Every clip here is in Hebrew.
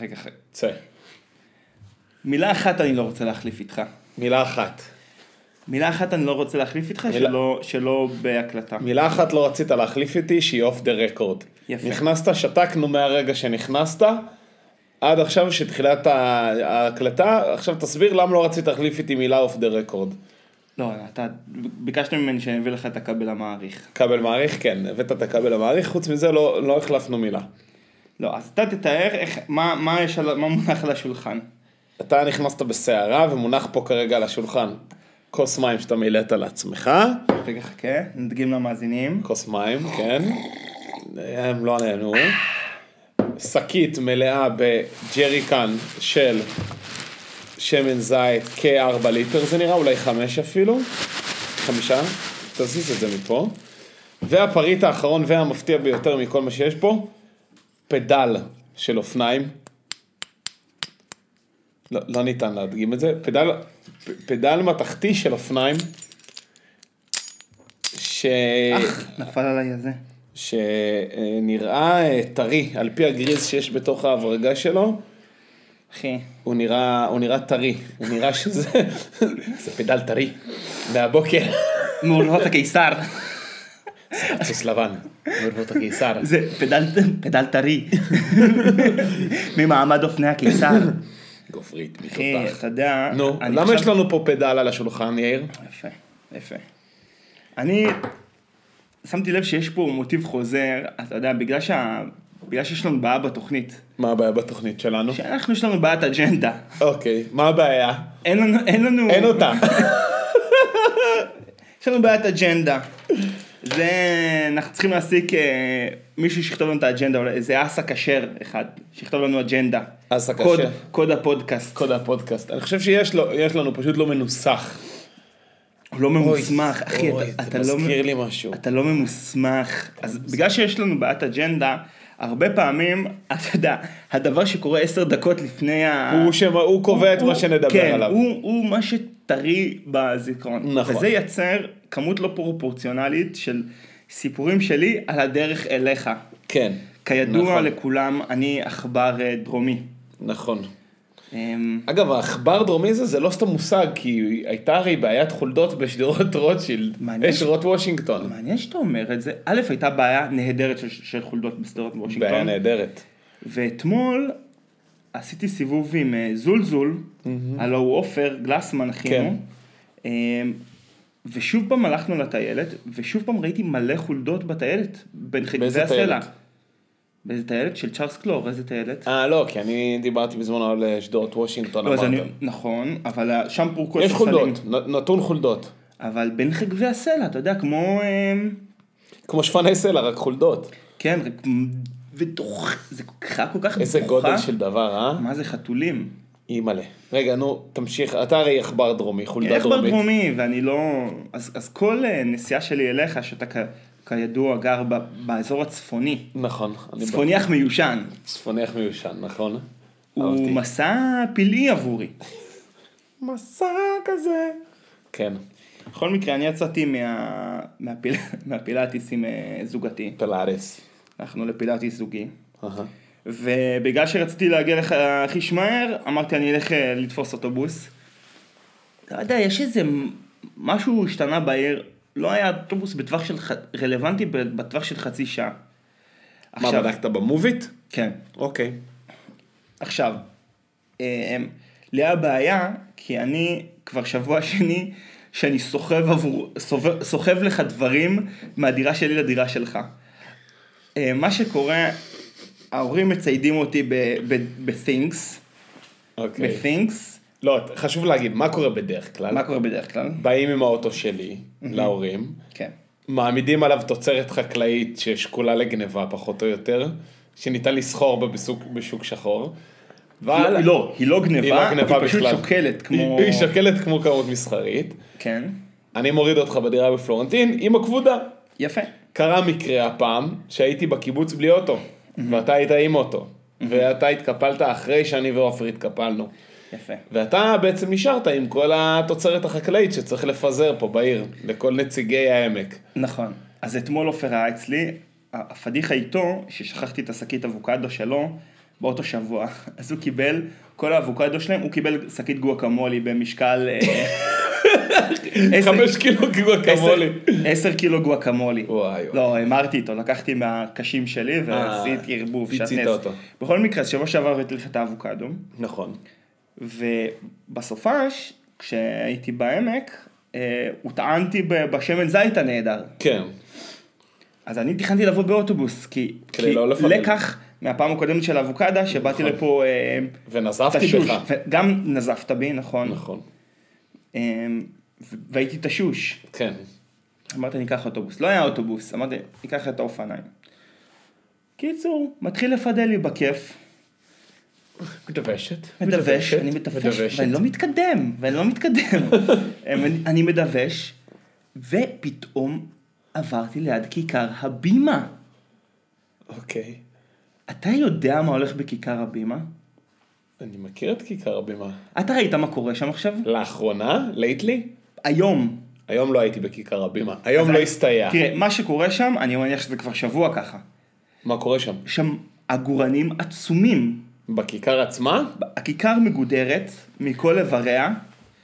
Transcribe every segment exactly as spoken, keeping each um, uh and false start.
רגע, צא. מילה אחת אני לא רוצה להחליף איתך. מילה אחת. מילה אחת אני לא רוצה להחליף איתך, מילה... שלא, שלא בהקלטה. מילה אחת לא רצית להחליף איתי, שהיא אוף דה רקורד. יפה. נכנסת, שתקנו מהרגע שנכנסת, עד עכשיו שתחילת ההקלטה, עכשיו תסביר למה לא רצית להחליף איתי מילה אוף דה רקורד. לא, אתה ביקשת ממני שאני אביא לך את הכבל המעריך. כבל מעריך, כן, הבאת את הכבל המעריך, חוץ מזה לא, לא החלפנו מילה. לא, אז אתה תתאר איך, מה, מה, יש על, מה מונח על השולחן. אתה נכנסת בסערה ומונח פה כרגע על השולחן. כוס מים שאתה מילאת על עצמך. רגע, חכה, נדגים למאזינים. כוס מים, כן. הם לא נהנו. שקית מלאה בג'ריקן של שמן זית כארבע ליטר, זה נראה, אולי חמש אפילו. חמישה. תזיז את זה מפה. והפריט האחרון והמפתיע ביותר מכל מה שיש פה, פדל של אופניים. לא, לא ניתן להדגים את זה. פדל, פדל מתחתי של אופניים. ש... אך, נפל עליי הזה. שנראה טרי, על פי הגריז שיש בתוך ההברגה שלו. אחי. הוא נראה, הוא נראה טרי. הוא נראה שזה... זה פדל טרי. מהבוקר. מעולבות הקיסר. זה סוס לבן. מעולבות הקיסר. זה פדל, פדל טרי. ממעמד אופני הקיסר. גופרית, אחי, מתותח. אתה יודע... נו, למה יש לנו פה פדל על השולחן, יאיר? יפה, יפה. אני שמתי לב שיש פה מוטיב חוזר, אתה יודע, בגלל שה... בגלל שיש לנו בעיה בתוכנית. מה הבעיה בתוכנית שלנו? שאנחנו יש לנו בעיית אג'נדה. אוקיי, מה הבעיה? אין לנו... אין לנו... אין אותה. יש לנו בעיית אג'נדה. זה... אנחנו צריכים להסיק אה, מישהו שיכתוב לנו את האג'נדה, אולי איזה אסה כשר אחד, שיכתוב לנו אג'נדה. אסה קוד, כשר. קוד הפודקאסט. קוד הפודקאסט. אני חושב שיש לו, יש לנו, פשוט לא מנוסח. הוא לא ממוסמך, אחי, אוי, אתה, זה אתה מזכיר לא... לי משהו. אתה לא ממוסמך. אז בגלל שיש לנו בעיית אג'נדה, הרבה פעמים, אתה יודע, הדבר שקורה עשר דקות לפני ה... הוא, שמה, הוא קובע את מה שנדבר כן, עליו. הוא, הוא מה שטרי בזיכרון. נכון. וזה יצר כמות לא פרופורציונלית של סיפורים שלי על הדרך אליך. כן. כידוע נכון. לכולם, אני עכבר דרומי. נכון. אמ, אגב, העכבר דרומי זה, זה לא סתם מושג, כי הייתה הרי בעיית חולדות בשדרות רוטשילד, מעניין. שדרות וושינגטון. מעניין שאתה אומר את זה. א', הייתה בעיה נהדרת של, של חולדות בסדרות וושינגטון. בעיה נהדרת. ואתמול עשיתי סיבוב עם זולזול, הלו הוא אופר גלסמן אחינו, כן. ושוב פעם הלכנו לטיילת, ושוב פעם ראיתי מלא חולדות בטיילת, בין חגבי באיזה הסלע. טיילת? באיזה טיילת? של צ'ארלס קלור, איזה טיילת? אה, לא, כי אני דיברתי בזמנו על שדרות וושינגטון, לא, אז אני, אמרת. נכון, אבל שם פורקו יש הספסלים. חולדות, נ- נתון חולדות. אבל בין חגבי הסלע, אתה יודע, כמו... אמ, כמו שפני סלע, רק חולדות. כן, רק... ודוח... זה קרה כל כך איזה דוחה. גודל של דבר, אה? מה זה חתולים? היא מלא. רגע, נו, תמשיך. אתה הרי עכבר דרומי, חולדה איך דרומית. בדרומי, ואני לא... אז, אז כל אה, נסיעה שלי אליך, שאתה כ... כידוע גר ב... באזור הצפוני, נכון. אני צפוניח מיושן, צפוניח מיושן, נכון? הוא אהבתי. מסע פלאי עבורי. מסע כזה. כן. בכל מקרה, אני יצאתי מה... מהפיל... מהפילאטיס עם אה, זוגתי. פלאריס. אנחנו לפילאטיס זוגי. אהה. ובגלל שרציתי להגיע לך הכי שמהר, אמרתי אני אלך אה, לתפוס אוטובוס. לא יודע, יש איזה משהו השתנה בעיר, לא היה אוטובוס בטווח של, ח... רלוונטי בטווח של חצי שעה. מה, בדקת במובית? כן. אוקיי. עכשיו, אה, לי היה בעיה, כי אני כבר שבוע שני, שאני סוחב, עבור, סוחב, סוחב לך דברים מהדירה שלי לדירה שלך. אה, מה שקורה, ההורים מציידים אותי ב-things, אוקיי. ב-things. לא, חשוב להגיד, מה קורה בדרך כלל? מה קורה בדרך כלל? באים עם האוטו שלי, להורים, כן. מעמידים עליו תוצרת חקלאית ששקולה לגניבה פחות או יותר, שניתן לסחור בה בשוק, בשוק שחור. לא, היא לא, היא לא גניבה, היא לא גניבה היא פשוט בכלל. שוקלת כמו... היא, היא שוקלת כמו כמות מסחרית. כן. אני מוריד אותך בדירה בפלורנטין עם הכבודה. יפה. קרה מקרה הפעם שהייתי בקיבוץ בלי אוטו, ואתה היית עם אוטו, ואתה התקפלת אחרי שאני ואופר התקפלנו. יפה. ואתה בעצם נשארת עם כל התוצרת החקלאית שצריך לפזר פה בעיר, לכל נציגי העמק. נכון. אז אתמול אופר היה אצלי, הפדיחה איתו, ששכחתי את השקית אבוקדו שלו, באותו שבוע, אז הוא קיבל, כל האבוקדו שלהם, הוא קיבל שקית גואקמולי במשקל... חמש קילו גואקמולי. עשר קילו גואקמולי. וואי. לא, אמרתי איתו, לקחתי מהקשים שלי ועשיתי ערבוב. פיצית אותו. בכל מקרה, שבוע שעבר הבאתי לך את האבוקדו. נכון. ובסופש, כשהייתי בעמק, הוטענתי בשמן זית הנהדר. כן. אז אני תכנתי לבוא באוטובוס, כי לקח מהפעם הקודמת של האבוקדה, שבאתי לפה... ונזפתי בך. גם נזפת בי, נכון. נכון. והייתי תשוש. כן. אמרתי, אני אקח אוטובוס. לא היה אוטובוס, אמרתי, אני אקח את האופניים. קיצור, מתחיל לפדל לי בכיף. מדוושת. מדווש, אני מדווש, ואני לא מתקדם, ואני לא מתקדם. אני מדווש, ופתאום עברתי ליד כיכר הבימה. אוקיי. אתה יודע מה הולך בכיכר הבימה? אני מכיר את כיכר הבימה. אתה ראית מה קורה שם עכשיו? לאחרונה? לייטלי? היום. היום לא הייתי בכיכר הבימה. היום לא הסתייע. תראה, מה שקורה שם, אני מניח שזה כבר שבוע ככה. מה קורה שם? שם עגורנים עצומים. בכיכר עצמה? הכיכר מגודרת מכל איבריה.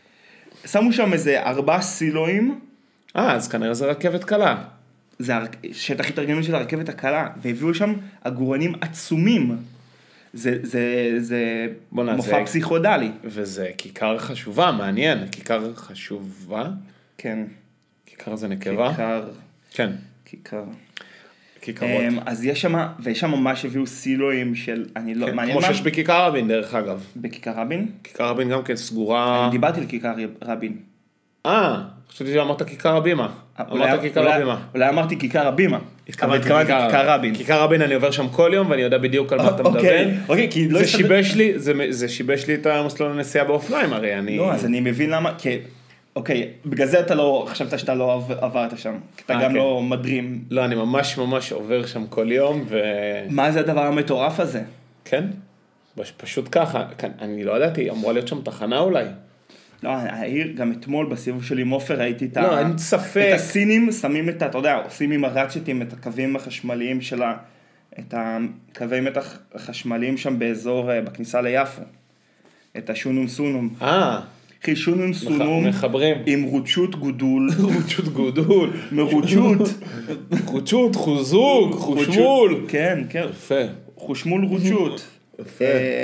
שמו שם איזה ארבעה סילואים. אה, אז כנראה זה רכבת קלה. זה שטח התארגנות של הרכבת הקלה, והביאו שם עגורנים עצומים. זה, זה, זה מופע פסיכודלי. וזה כיכר חשובה, מעניין. כיכר חשובה? כן. כיכר זה נקבה? כיכר. כן. כיכר. כיכרות. אז יש שם, ויש שם ממש הביאו סילואים של, אני לא, מעניין כמו מה? שיש בכיכר רבין, דרך אגב. בכיכר רבין? כיכר רבין גם כן סגורה. אני דיברתי על כיכר רבין. אה, חשבתי שאמרת כיכר הבימה. אמרת כיכר הבימה. אולי אמרתי כיכר הבימה. התכוונתי כיכר רבין. כיכר רבין אני עובר שם כל יום ואני יודע בדיוק על מה אתה מדבר. אוקיי, כי לא... זה שיבש לי, זה שיבש לי את המסלול הנסיעה באופניים, הרי אני... לא, אז אני מבין למה, כי... אוקיי, בגלל זה אתה לא, חשבת שאתה לא עברת שם, כי אתה גם לא מדרים. לא, אני ממש ממש עובר שם כל יום ו... מה זה הדבר המטורף הזה? כן, פשוט ככה, אני לא ידעתי, אמורה להיות שם תחנה אולי. לא, העיר, גם אתמול בסיבוב שלי עם עופר ראיתי את, לא, אין ספק. את הסינים, שמים את, אתה יודע, עושים עם הרצ'טים את הקווים החשמליים של ה... את הקווי מתח החשמליים שם באזור, בכניסה ליפו. את השונום סונום. אה. אחי, שונום סונום. מחברים. עם רוצ'ות גודול. רוצ'ות גודול. מרוצ'ות. רוצ'ות, חוזוג, חושמול. כן, כן. יפה. חושמול רוצ'ות. יפה.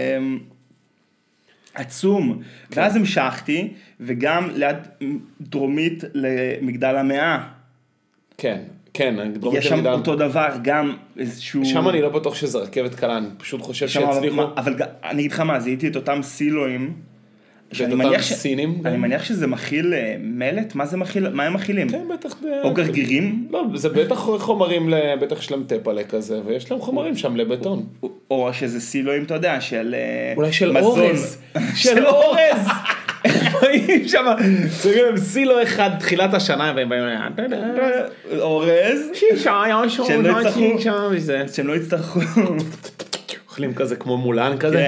עצום. ואז המשכתי, וגם ליד דרומית למגדל המאה. כן, כן. יש שם אותו דבר, גם איזשהו... שם אני לא בטוח שזה רכבת קלה, אני פשוט חושב שיצליחו... אבל אני אגיד לך מה, זיהיתי את אותם סילואים, ואת אותם סינים. אני מניח שזה מכיל מלט, מה זה מכיל, מה הם מכילים? כן, בטח... או גרגירים? לא, זה בטח חומרים, בטח יש להם טפלה כזה, ויש להם חומרים שם לבטון. או שזה סילואים, אתה יודע, של... אולי של אורז. של אורז! באים שם, צריכים להם סילו אחד תחילת השנה, והם באים ל... אורז? שישה, יושו, שישה, וזה. שהם לא יצטרכו. אוכלים כזה כמו מולן כזה.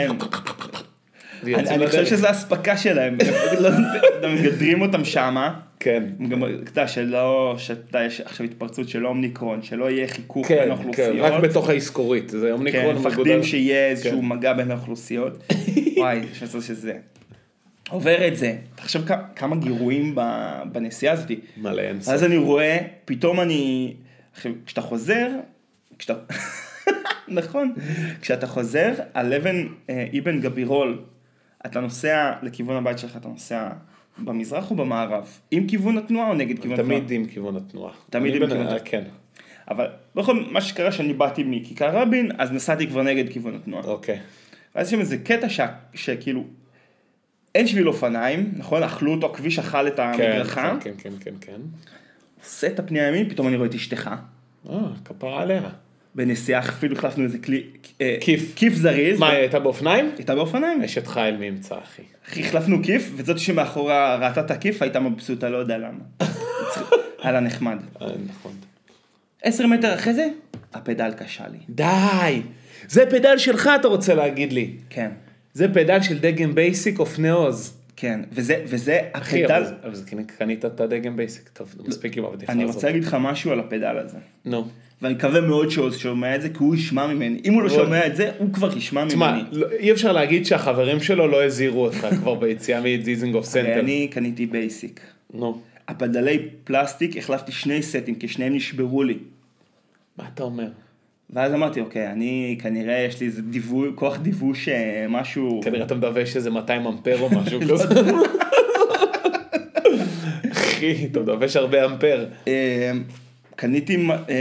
אני חושב שזה הספקה שלהם, מגדרים אותם שמה. כן. גם, אתה יודע, שלא, שאתה יש עכשיו התפרצות של אומניקרון, שלא יהיה חיכוך בין האוכלוסיות. כן, רק בתוך האיסקורית, זה אומניקרון. כן, מפחדים שיהיה איזשהו מגע בין האוכלוסיות. וואי, יש לצור שזה. עובר את זה. תחשב כמה גירויים בנסיעה הזאת. מלא אין סוף. אז אני רואה, פתאום אני, כשאתה חוזר, כשאתה, נכון, כשאתה חוזר, על אבן אבן גבירול, אתה נוסע לכיוון הבית שלך, אתה נוסע במזרח או במערב? עם כיוון התנועה או נגד כיוון התנועה? תמיד עם כיוון התנועה. תמיד עם כיוון התנועה. כן. אבל בכל מה שקרה שאני באתי מכיכר רבין, אז נסעתי כבר נגד כיוון התנועה. אוקיי. ואז יש שם איזה קטע שכאילו, אין שביל אופניים, נכון? אכלו אותו, הכביש אכל את המדרכה. כן, כן, כן, כן. עושה את הפני הימין, פתאום אני רואה את אשתך. אה, כפרה עליה. בנסיעה אפילו החלפנו איזה כלי, כיף. כיף זריז. מה, היא הייתה באופניים? הייתה באופניים. אשת חיל מאמצע, אחי. אחי, החלפנו כיף, וזאת שמאחורה ראתה את הכיף, הייתה מבסוטה, לא יודע למה. היה לה נחמד. נכון. עשר מטר אחרי זה, הפדל קשה לי. די! זה פדל שלך, אתה רוצה להגיד לי. כן. זה פדל של דגם בייסיק אופני עוז. כן, וזה, וזה אחי, הפדל... אבל זה קנית את הדגם בייסיק. טוב, מספיק עם הבדיחה הזאת. אני רוצה להגיד לך משהו על הפדל הזה. נו. ואני מקווה מאוד שהוא שומע את זה, כי הוא ישמע ממני. אם הוא לא שומע את זה, הוא כבר ישמע ממני. תשמע, אי אפשר להגיד שהחברים שלו לא הזהירו אותך כבר ביציאה מדיזינגוף סנטר. אני קניתי בייסיק. נו. הפדלי פלסטיק, החלפתי שני סטים, כי שניהם נשברו לי. מה אתה אומר? ואז אמרתי, אוקיי, אני כנראה יש לי איזה דיווי, כוח דיווש משהו... כנראה אתה מדווש איזה מאתיים אמפר או משהו כזה. אחי, אתה מדווש הרבה אמפר. קניתי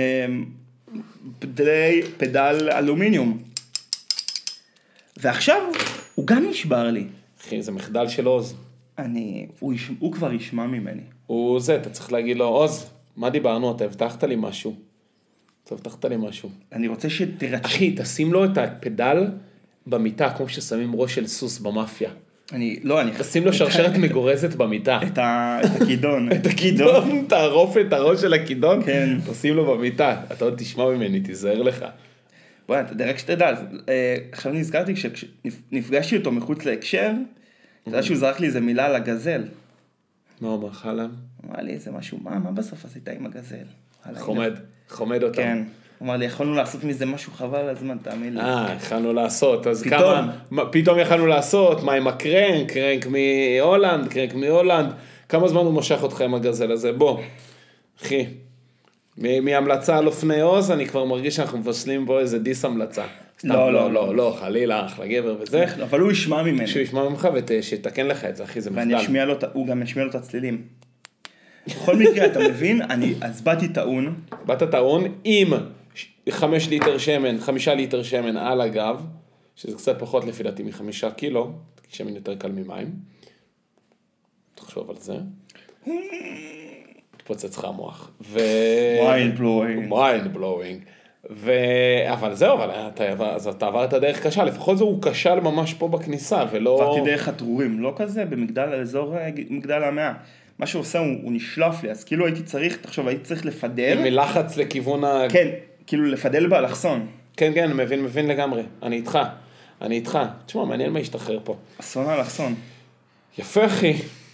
פדלי, פדל אלומיניום. ועכשיו הוא גם נשבר לי. אחי, זה מחדל של עוז. אני, הוא, הוא כבר ישמע ממני. הוא זה, אתה צריך להגיד לו, עוז, מה דיברנו? אתה הבטחת לי משהו. אתה הבטחת לי משהו. אני רוצה שתראה... אחי, תשים לו את הפדל במיטה, כמו ששמים ראש של סוס במאפיה. אני, לא, אני... תשים לו שרשרת מגורזת במיטה. את הכידון. את הכידון, תערוף את הראש של הכידון. כן. תשים לו במיטה. אתה עוד תשמע ממני, תיזהר לך. בואי, אתה דרך שתדע, עכשיו נזכרתי, כשנפגשתי אותו מחוץ להקשר, אתה יודע שהוא זרק לי איזה מילה על הגזל. מה הוא אמר לך עליו? אמר לי איזה משהו, מה, מה בסוף עשית עם הגזל? חומד, חומד אותם. כן. הוא אמר לי, יכולנו לעשות מזה משהו חבל על הזמן, תאמין לי. אה, יכולנו לעשות, אז כמה, פתאום יכולנו לעשות, מה עם הקרנק, קרנק מהולנד, קרנק מהולנד, כמה זמן הוא מושך אותך עם הגזל הזה? בוא, אחי, מהמלצה על אופני עוז, אני כבר מרגיש שאנחנו מבשלים בו איזה דיס המלצה. לא, לא, לא, לא, חלילה, אחלה גבר וזה. אבל הוא ישמע ממני. שהוא ישמע ממך ושתקן לך את זה, אחי, זה מחדל. ואני אשמיע לו, הוא גם ישמיע לו את הצלילים. בכל מקרה, אתה מבין? אני, אז באתי טעון. באת טעון עם חמש ליטר שמן, חמישה ליטר שמן על הגב, שזה קצת פחות לפי דעתי מחמישה קילו, כי שמן יותר קל ממים. תחשוב על זה. תפוצץ לך המוח. ו... mind blowing. mind blowing. ו... אבל זהו, אבל אתה, אז אתה עברת דרך קשה, לפחות זה הוא קשה ממש פה בכניסה, ולא... עברתי דרך התרורים, לא כזה, במגדל, אזור מגדל המאה. מה שהוא עושה, הוא, הוא נשלף לי, אז כאילו הייתי צריך, תחשוב, הייתי צריך לפדל. מלחץ לכיוון ה... כן, כאילו לפדל באלכסון. כן, כן, מבין, מבין לגמרי. אני איתך, אני איתך. תשמע, מעניין מה ישתחרר פה. אסון אלכסון. יפה, אחי.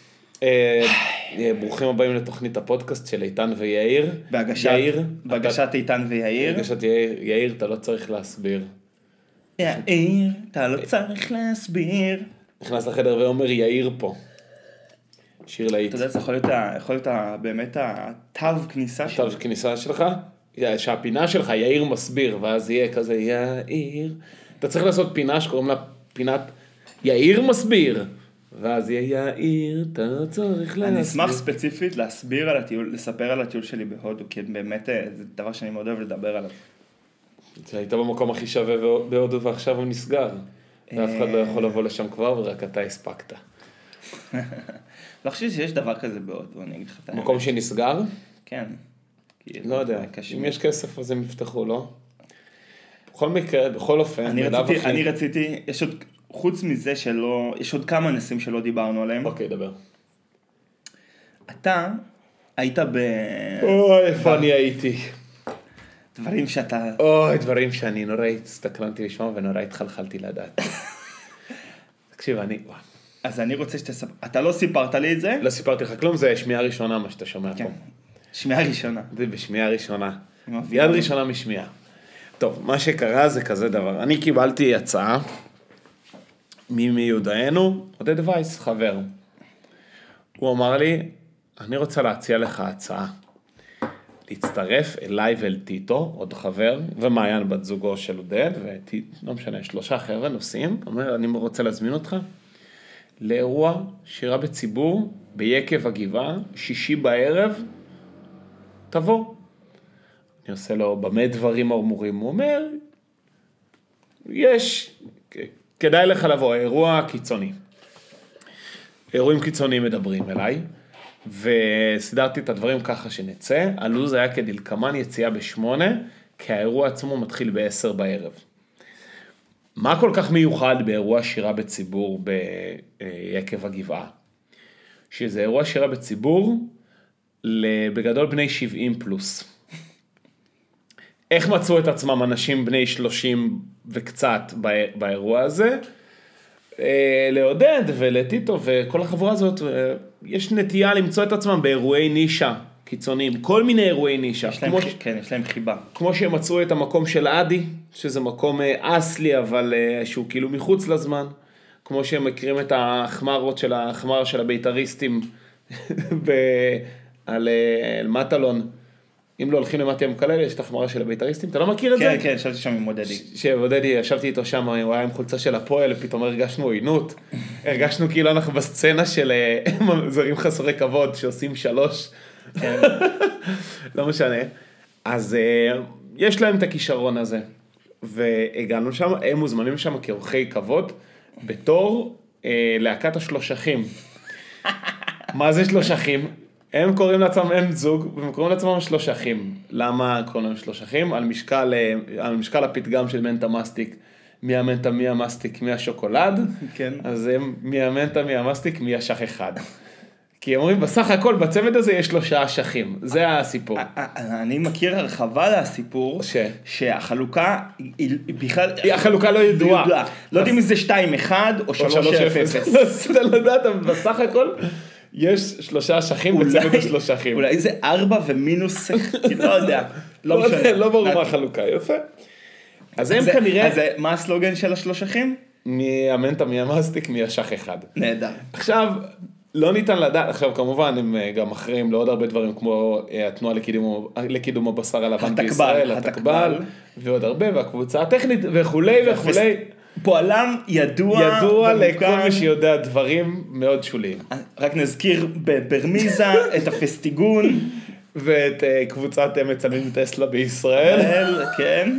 ברוכים הבאים לתוכנית הפודקאסט של איתן ויאיר. בהגשת איתן ויאיר. בהגשת יאיר, אתה לא צריך להסביר. יאיר, אתה לא צריך להסביר. נכנס לחדר ואומר, יאיר פה. שיר להיט. אתה יודע, זה יכול להיות באמת התו כניסה שלך. התו כניסה שלך? שהפינה שלך, יאיר מסביר, ואז יהיה כזה, יאיר. אתה צריך לעשות פינה שקוראים לה פינת יאיר מסביר. ואז יהיה יאיר, אתה לא צריך להסביר. אני אשמח ספציפית להסביר על הטיול, לספר על הטיול שלי בהודו, כי באמת זה דבר שאני מאוד אוהב לדבר עליו. היית במקום הכי שווה בהודו ועכשיו הוא נסגר. ואף אחד לא יכול לבוא לשם כבר, ורק אתה הספקת. לא חושב שיש דבר כזה בהודו, אני אגיד לך את האמת. מקום שנסגר? כן. לא יודע, אם יש כסף אז הם יפתחו, לא? בכל מקרה, בכל אופן, אני רציתי, יש עוד... חוץ מזה שלא, יש עוד כמה נושאים שלא דיברנו עליהם. אוקיי, דבר. אתה היית ב... אוי, איפה אני הייתי? דברים שאתה... אוי, דברים שאני נורא הסתכלנתי לשמוע ונורא התחלחלתי לדעת. תקשיב, אני... אז אני רוצה שתספר... אתה לא סיפרת לי את זה? לא סיפרתי לך כלום, זה שמיעה ראשונה מה שאתה שומע פה. שמיעה ראשונה. זה בשמיעה ראשונה. יד ראשונה משמיעה. טוב, מה שקרה זה כזה דבר. אני קיבלתי הצעה מי מיודענו, עודד וייס, חבר. הוא אמר לי, אני רוצה להציע לך הצעה. להצטרף אליי ואל טיטו, עוד חבר, ומעיין בת זוגו של עודד, ולא משנה, שלושה חבר'ה נוסעים. אומר, אני רוצה להזמין אותך לאירוע שירה בציבור, ביקב הגבעה, שישי בערב, תבוא. אני עושה לו, במה דברים אמורים? הוא אומר, יש... כדאי לך לבוא, אירוע קיצוני. אירועים קיצוניים מדברים אליי, וסידרתי את הדברים ככה שנצא. הלוז היה כדלקמן, יציאה בשמונה, כי האירוע עצמו מתחיל בעשר בערב. מה כל כך מיוחד באירוע שירה בציבור ביקב הגבעה? שזה אירוע שירה בציבור, בגדול בני שבעים פלוס. איך מצאו את עצמם אנשים בני שלושים וקצת באירוע הזה? לעודד ולטיטו וכל החבורה הזאת, יש נטייה למצוא את עצמם באירועי נישה קיצוניים, כל מיני אירועי נישה. יש להם, ש... כן, יש להם חיבה. כמו שהם מצאו את המקום של אדי, שזה מקום אסלי, אבל שהוא כאילו מחוץ לזמן. כמו שהם מכירים את החמרות של החמר של הבית"ריסטים ב... על, על מטלון. אם לא הולכים למטה המקלל, יש את החמרה של הבית"ריסטים. אתה לא מכיר את כן, זה? כן, כן, ישבתי שם עם מודדי. שמודדי, ישבתי איתו שם, הוא היה עם חולצה של הפועל, פתאום הרגשנו עוינות. הרגשנו כאילו אנחנו בסצנה של זרים חסרי כבוד, שעושים שלוש. כן. לא משנה. אז יש להם את הכישרון הזה. והגענו שם, הם מוזמנים שם כאורחי כבוד, בתור להקת השלושכים. מה זה שלושכים? הם קוראים לעצמם, הם זוג, והם קוראים לעצמם שלוש אחים. למה קוראים להם שלוש אחים? על משקל, על משקל הפתגם של מנטה מסטיק, מי המנטה, מי המסטיק, מי השוקולד. כן. אז הם מי המנטה, מי המסטיק, מי השח אחד. כי אומרים, בסך הכל בצוות הזה יש שלושה אשכים. זה הסיפור. אני מכיר הרחבה לסיפור, ש? שהחלוקה היא בכלל... החלוקה לא ידועה. לא יודעים אם זה שתיים אחד או שלוש אפס. אתה לא יודעת, בסך הכל... יש שלושה אשכים בצוות השלושה אחים. אולי זה ארבע ומינוס, לא יודע. לא משנה. לא ברור מה החלוקה, יפה. אז הם כנראה... אז מה הסלוגן של השלוש אחים? מי המנטה, מי המסטיק, מי השח אחד. נהדר. עכשיו, לא ניתן לדעת, עכשיו כמובן הם גם אחראים לעוד הרבה דברים, כמו התנועה לקידום הבשר הלבן בישראל, התקבל, ועוד הרבה, והקבוצה הטכנית וכולי וכולי. פועלם ידוע, ידוע לכל מי שיודע דברים מאוד שוליים. רק נזכיר ברמיזה את הפסטיגון. ואת קבוצת מצלמים טסלה בישראל. כן.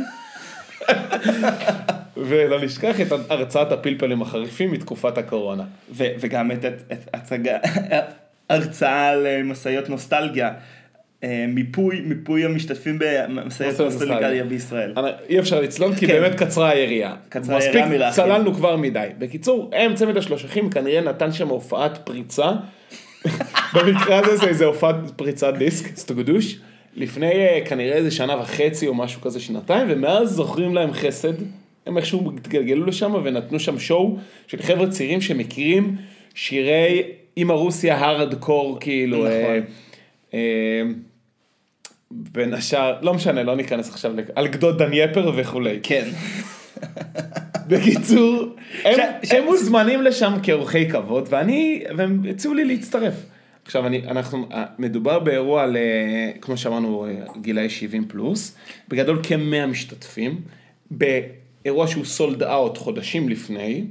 ולא נשכח את הרצאת הפלפלים החריפים מתקופת הקורונה. וגם את הצגה, הרצאה על מסעיות נוסטלגיה. מיפוי, מיפוי המשתתפים במסעיות נוסטלגיה בישראל. אי אפשר לצלון כי באמת קצרה היריעה. קצרה היריעה מלהכין. מספיק צללנו כבר מדי. בקיצור, הם צמד השלושכים כנראה נתן שם הופעת פריצה. במקרה הזה זה הופעת פריצת דיסק, סטוגדוש. לפני כנראה איזה שנה וחצי או משהו כזה שנתיים, ומאז זוכרים להם חסד. הם איכשהו התגלגלו לשם ונתנו שם שואו של חבר'ה צעירים שמכירים שירי עם הרוסיה הארדקור כאילו. נכון. בין השאר, לא משנה, לא ניכנס עכשיו על גדות דנייפר וכולי. כן. בקיצור, הם מוזמנים לשם כאורחי כבוד, ואני, והם הציעו לי להצטרף. עכשיו, אנחנו, מדובר באירוע על, כמו שאמרנו, גילאי שבעים פלוס, בגדול כמאה משתתפים, באירוע שהוא סולד אאוט חודשים לפני,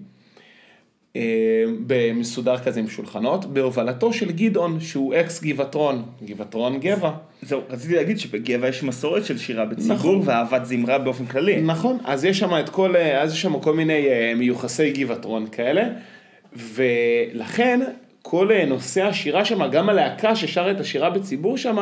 במסודר כזה עם שולחנות, בהובלתו של גדעון, שהוא אקס גבעתרון, גבעתרון גבע. זהו, רציתי להגיד שבגבע יש מסורת של שירה בציבור, נכון. ואהבת זמרה באופן כללי. נכון, אז יש שם את כל, אז יש שם כל מיני מיוחסי גבעתרון כאלה, ולכן כל נושא השירה שם, גם הלהקה ששר את השירה בציבור שם,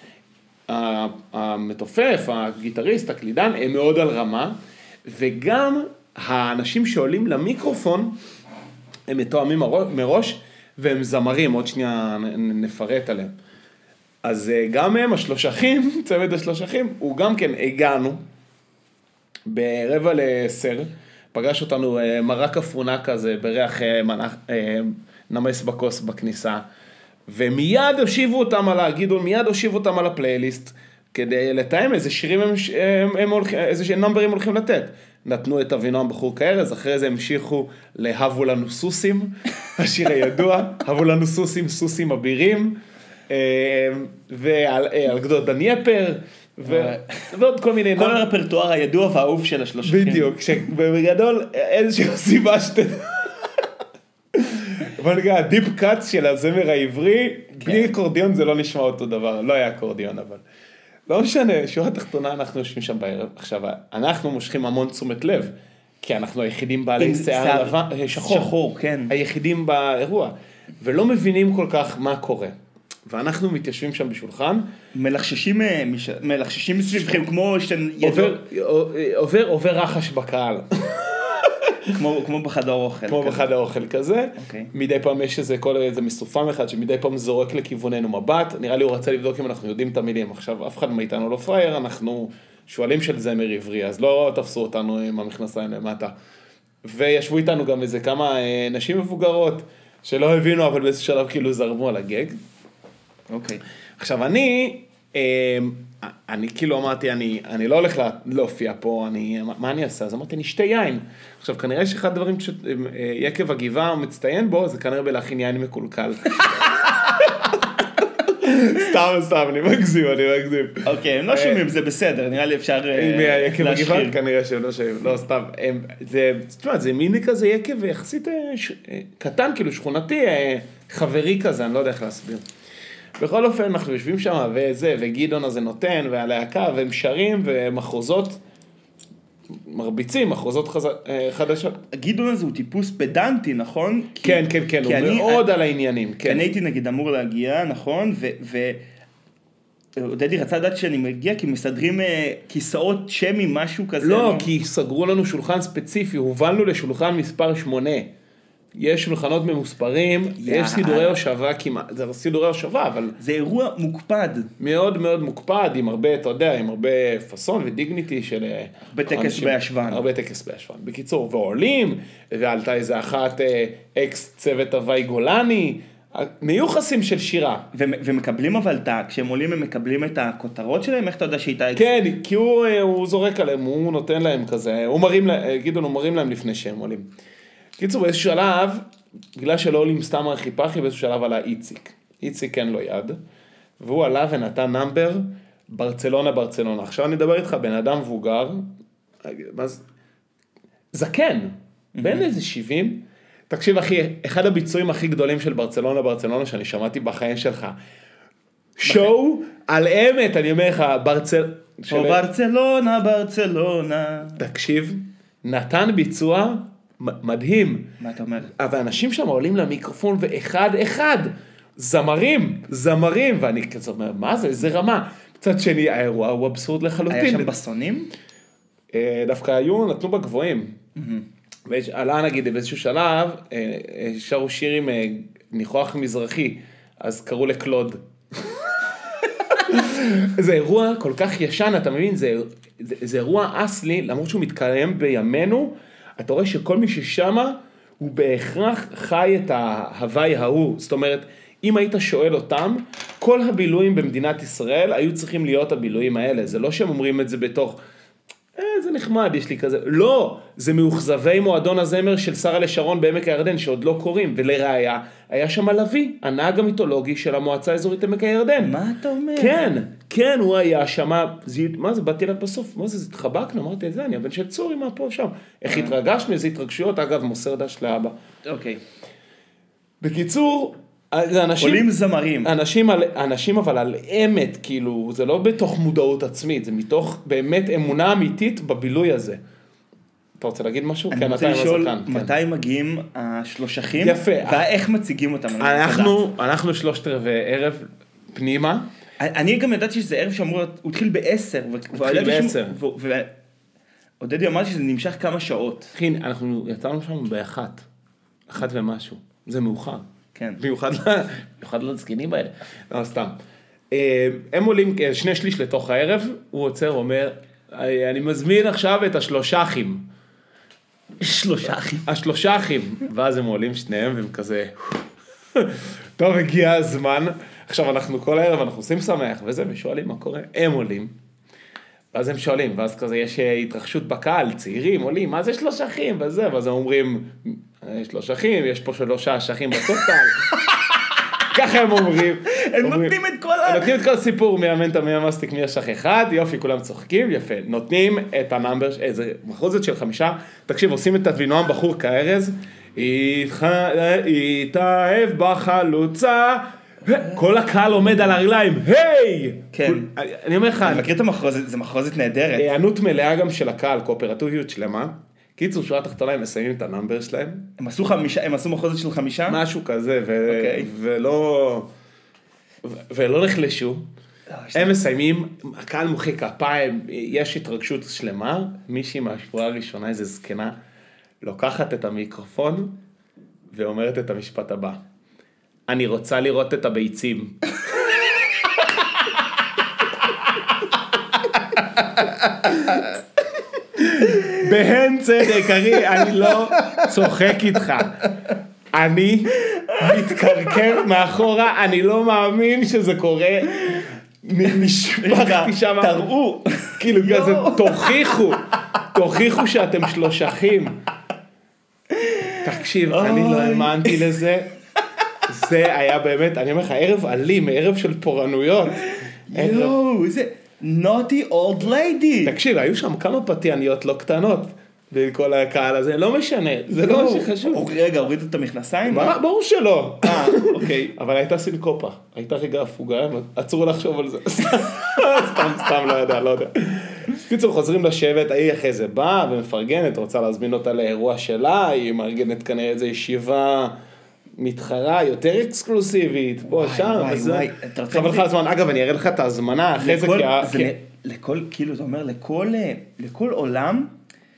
המתופף, הגיטריסט, הקלידן, הם מאוד על רמה, וגם האנשים שעולים למיקרופון, הם מתואמים מראש, והם זמרים, עוד שנייה נפרט עליהם. אז גם הם, השלושכים, צוות השלושכים, הוא גם כן הגענו, ברבע לסר, פגש אותנו מרק אפרונה כזה, בריח נמס בקוס בכניסה, ומיד הושיבו אותם על הגדעון, מיד הושיבו אותם על הפלייליסט, כדי לתאם איזה שירים הם, הם, הם הולכים, איזה נאמברים הולכים לתת. נתנו את אבינועם בחור כארז, אחרי זה המשיכו להבו לנו סוסים, השיר הידוע, הבו לנו סוסים, סוסים אבירים, ועל גדות דנייפר, ועוד כל מיני... כל הרפרטואר הידוע והאהוב של השלושים. בדיוק, שבגדול איזושהי סיבה שאתה... בוא נקרא, הדיפ קאץ של הזמר העברי, בלי אקורדיון זה לא נשמע אותו דבר, לא היה אקורדיון אבל. לא משנה, שורה תחתונה אנחנו יושבים שם בערב. עכשיו, אנחנו מושכים המון תשומת לב, כי אנחנו היחידים בעלי שיער לבן, שחור, שחור, כן. היחידים באירוע, ולא מבינים כל כך מה קורה. ואנחנו מתיישבים שם בשולחן. מלחששים, מלחששים מסביבכם, כמו שאתם... עובר, עובר, עובר רחש בקהל. כמו, כמו בחדר אוכל. כמו בחדר אוכל כזה. Okay. מדי פעם יש איזה, כל איזה מסופם אחד, שמדי פעם זורק לכיווננו מבט. נראה לי הוא רצה לבדוק אם אנחנו יודעים את המילים. עכשיו, אף אחד מאיתנו לא פרייר, אנחנו שואלים של זמר עברי, אז לא תפסו אותנו עם המכנסיים למטה. וישבו איתנו גם איזה כמה נשים מבוגרות, שלא הבינו, אבל באיזה שלב כאילו זרמו על הגג. אוקיי. עכשיו אני, אני כאילו אמרתי, אני, אני לא הולך להופיע פה, אני, מה אני אעשה? אז אמרתי, אני אשתה יין. עכשיו כנראה שאחד הדברים שיקב הגבעה מצטיין בו, זה כנראה בלהכין יין מקולקל. סתם, סתם, אני מגזים, אני מגזים. אוקיי, הם לא שומעים, זה בסדר, נראה לי אפשר יקב הגבעה, כנראה שהם לא שומעים, לא, סתם. זה, תשמע, זה מיני כזה יקב יחסית קטן, כאילו שכונתי, חברי כזה, אני לא יודע איך להסביר. בכל אופן, אנחנו יושבים שם, וזה, וגדעון הזה נותן, והלהקה, והם שרים, ומחוזות מרביצים, מחוזות חדשות. גדעון הזה הוא טיפוס פדנטי, נכון? כן, כן, כן, הוא מאוד על העניינים. אני הייתי נגיד אמור להגיע, נכון? ועודדי רצה לדעת שאני מגיע, כי מסדרים כיסאות שמי, משהו כזה. לא, כי סגרו לנו שולחן ספציפי, הובלנו לשולחן מספר שמונה. יש שולחנות ממוספרים, יש סידורי הושבה כמעט, זה סידורי הושבה, אבל... זה אירוע מוקפד. מאוד מאוד מוקפד, עם הרבה, אתה יודע, עם הרבה פאסון ודיגניטי של... הרבה טקס בהשוון. הרבה טקס בהשוון. בקיצור, ועולים, ועלתה איזה אחת אקס צוות הוואי גולני, מיוחסים של שירה. ומקבלים אבל, כשהם עולים הם מקבלים את הכותרות שלהם, איך אתה יודע שהייתה... כן, כי הוא זורק עליהם, הוא נותן להם כזה, הוא מרים להם, גדעון, הוא מרים להם לפני שהם עולים. קיצור, באיזשהו שלב, בגלל שלא עולים סתם ארכיפחי, באיזשהו שלב עלה איציק. איציק אין לו יד, והוא עלה ונתן נאמבר, ברצלונה, ברצלונה. עכשיו אני אדבר איתך, בן אדם מבוגר, זקן, בין איזה שבעים, תקשיב אחי, אחד הביצועים הכי גדולים של ברצלונה, ברצלונה, שאני שמעתי בחיים שלך, שואו על אמת, אני אומר לך, ברצל... או ברצלונה, ברצלונה. תקשיב, נתן ביצוע... מדהים. מה אתה אומר? אבל אנשים שם עולים למיקרופון ואחד אחד, זמרים, זמרים, ואני כזה אומר, מה זה, איזה רמה? קצת שני, האירוע הוא אבסורד לחלוטין. היה שם בסונים? דווקא היו, נתנו בגבוהים. ועלה נגיד באיזשהו שלב, שרו שיר עם ניחוח מזרחי, אז קראו לקלוד. זה אירוע כל כך ישן, אתה מבין? זה, זה, זה אירוע אסלי, למרות שהוא מתקיים בימינו, אתה רואה שכל מי ששמה, הוא בהכרח חי את ההוואי ההוא. זאת אומרת, אם היית שואל אותם, כל הבילויים במדינת ישראל היו צריכים להיות הבילויים האלה. זה לא שהם אומרים את זה בתוך, אה, זה נחמד, יש לי כזה. לא, זה מאוכזבי מועדון הזמר של שרה לשרון בעמק הירדן, שעוד לא קוראים. ולראיה, היה שם לוי, הנהג המיתולוגי של המועצה האזורית עמק הירדן. מה אתה אומר? כן, כן, הוא היה שם, מה זה, באתי אליו בסוף, מה זה, זה התחבקנו, אמרתי את זה, אני הבן של צורי, מה פה שם? איך התרגשנו, איזה התרגשויות, אגב, מוסר דש לאבא. אוקיי. בקיצור, אנשים... עולים זמרים. אנשים, אנשים אבל על אמת, כאילו, זה לא בתוך מודעות עצמית, זה מתוך באמת אמונה אמיתית בבילוי הזה. אתה רוצה להגיד משהו? אני רוצה לשאול, מתי מגיעים השלושכים? יפה. ואיך מציגים אותם? אנחנו, אנחנו שלושת רבעי ערב פנימה. אני גם ידעתי שזה ערב שאמור, הוא התחיל בעשר. הוא התחיל בעשר. ועודדי אמר שזה נמשך כמה שעות. אחי, אנחנו יצאנו שם באחת. אחת ומשהו. זה מאוחר. כן. במיוחד לזקנים האלה. לא, סתם. הם עולים שני שליש לתוך הערב, הוא עוצר, אומר, אני מזמין עכשיו את השלושה אחים. שלושה אחים. השלושה אחים. ואז הם עולים שניהם, והם כזה, טוב, הגיע הזמן. עכשיו אנחנו כל הערב, אנחנו עושים שמח וזה, ושואלים מה קורה. הם עולים. ואז הם שואלים, ואז כזה יש התרחשות בקהל, צעירים עולים, מה זה שלושה אחים? וזה, ואז הם אומרים, שלושה אחים, יש פה שלושה אחים בטוטל. ככה הם אומרים. הם נותנים את כל ה... הם נותנים את כל הסיפור, מי המנטה, מי המסטיק, מי השח אחד, יופי, כולם צוחקים, יפה. נותנים את הנאמבר, איזה מחוזת של חמישה, תקשיב, עושים את אבינועם בחור כארז, התאהב בחלוצה, כל הקהל עומד על הרגליים, היי! כן. אני אומר לך... אני מכיר את המחרוזת, זה מחרוזת נהדרת. הענות מלאה גם של הקהל, קואופרטיביות שלמה. קיצור, שורה תחתונה, הם מסיימים את הנאמבר שלהם. הם עשו חמישה, הם עשו מחרוזת של חמישה? משהו כזה, ולא... ולא נחלשו. הם מסיימים, הקהל מוחא כפיים, יש התרגשות שלמה, מישהי מהשבועה הראשונה, איזו זקנה, לוקחת את המיקרופון, ואומרת את המשפט הבא. אני רוצה לראות את הביצים. בהן צדק, אחי, אני לא צוחק איתך. אני מתקרקר מאחורה, אני לא מאמין שזה קורה, נשפחתי שם, תראו, כאילו כזה, תוכיחו, תוכיחו שאתם שלושכים. תקשיב, אני לא האמנתי לזה, זה היה באמת, אני אומר לך, ערב אלים, ערב של פורענויות. יואו, איזה naughty old lady. תקשיב, היו שם כמה פתייניות לא קטנות, וכל הקהל הזה, לא משנה, זה לא מה שחשוב. רגע, הוריד את המכנסיים? מה? ברור שלא. אה, אוקיי. אבל הייתה סינקופה, הייתה רגע הפוגה, עצרו לחשוב על זה. סתם, סתם, לא יודע, לא יודע. קיצור, חוזרים לשבת, היא אחרי זה באה ומפרגנת, רוצה להזמין אותה לאירוע שלה, היא מארגנת כנראה איזו ישיבה מתחרה, יותר אקסקלוסיבית, פה, שם, וזה. חבל לך הזמן, אגב, אני אראה לך את ההזמנה, אחרי זה, כי... לכל, כאילו, זה אומר, לכל עולם,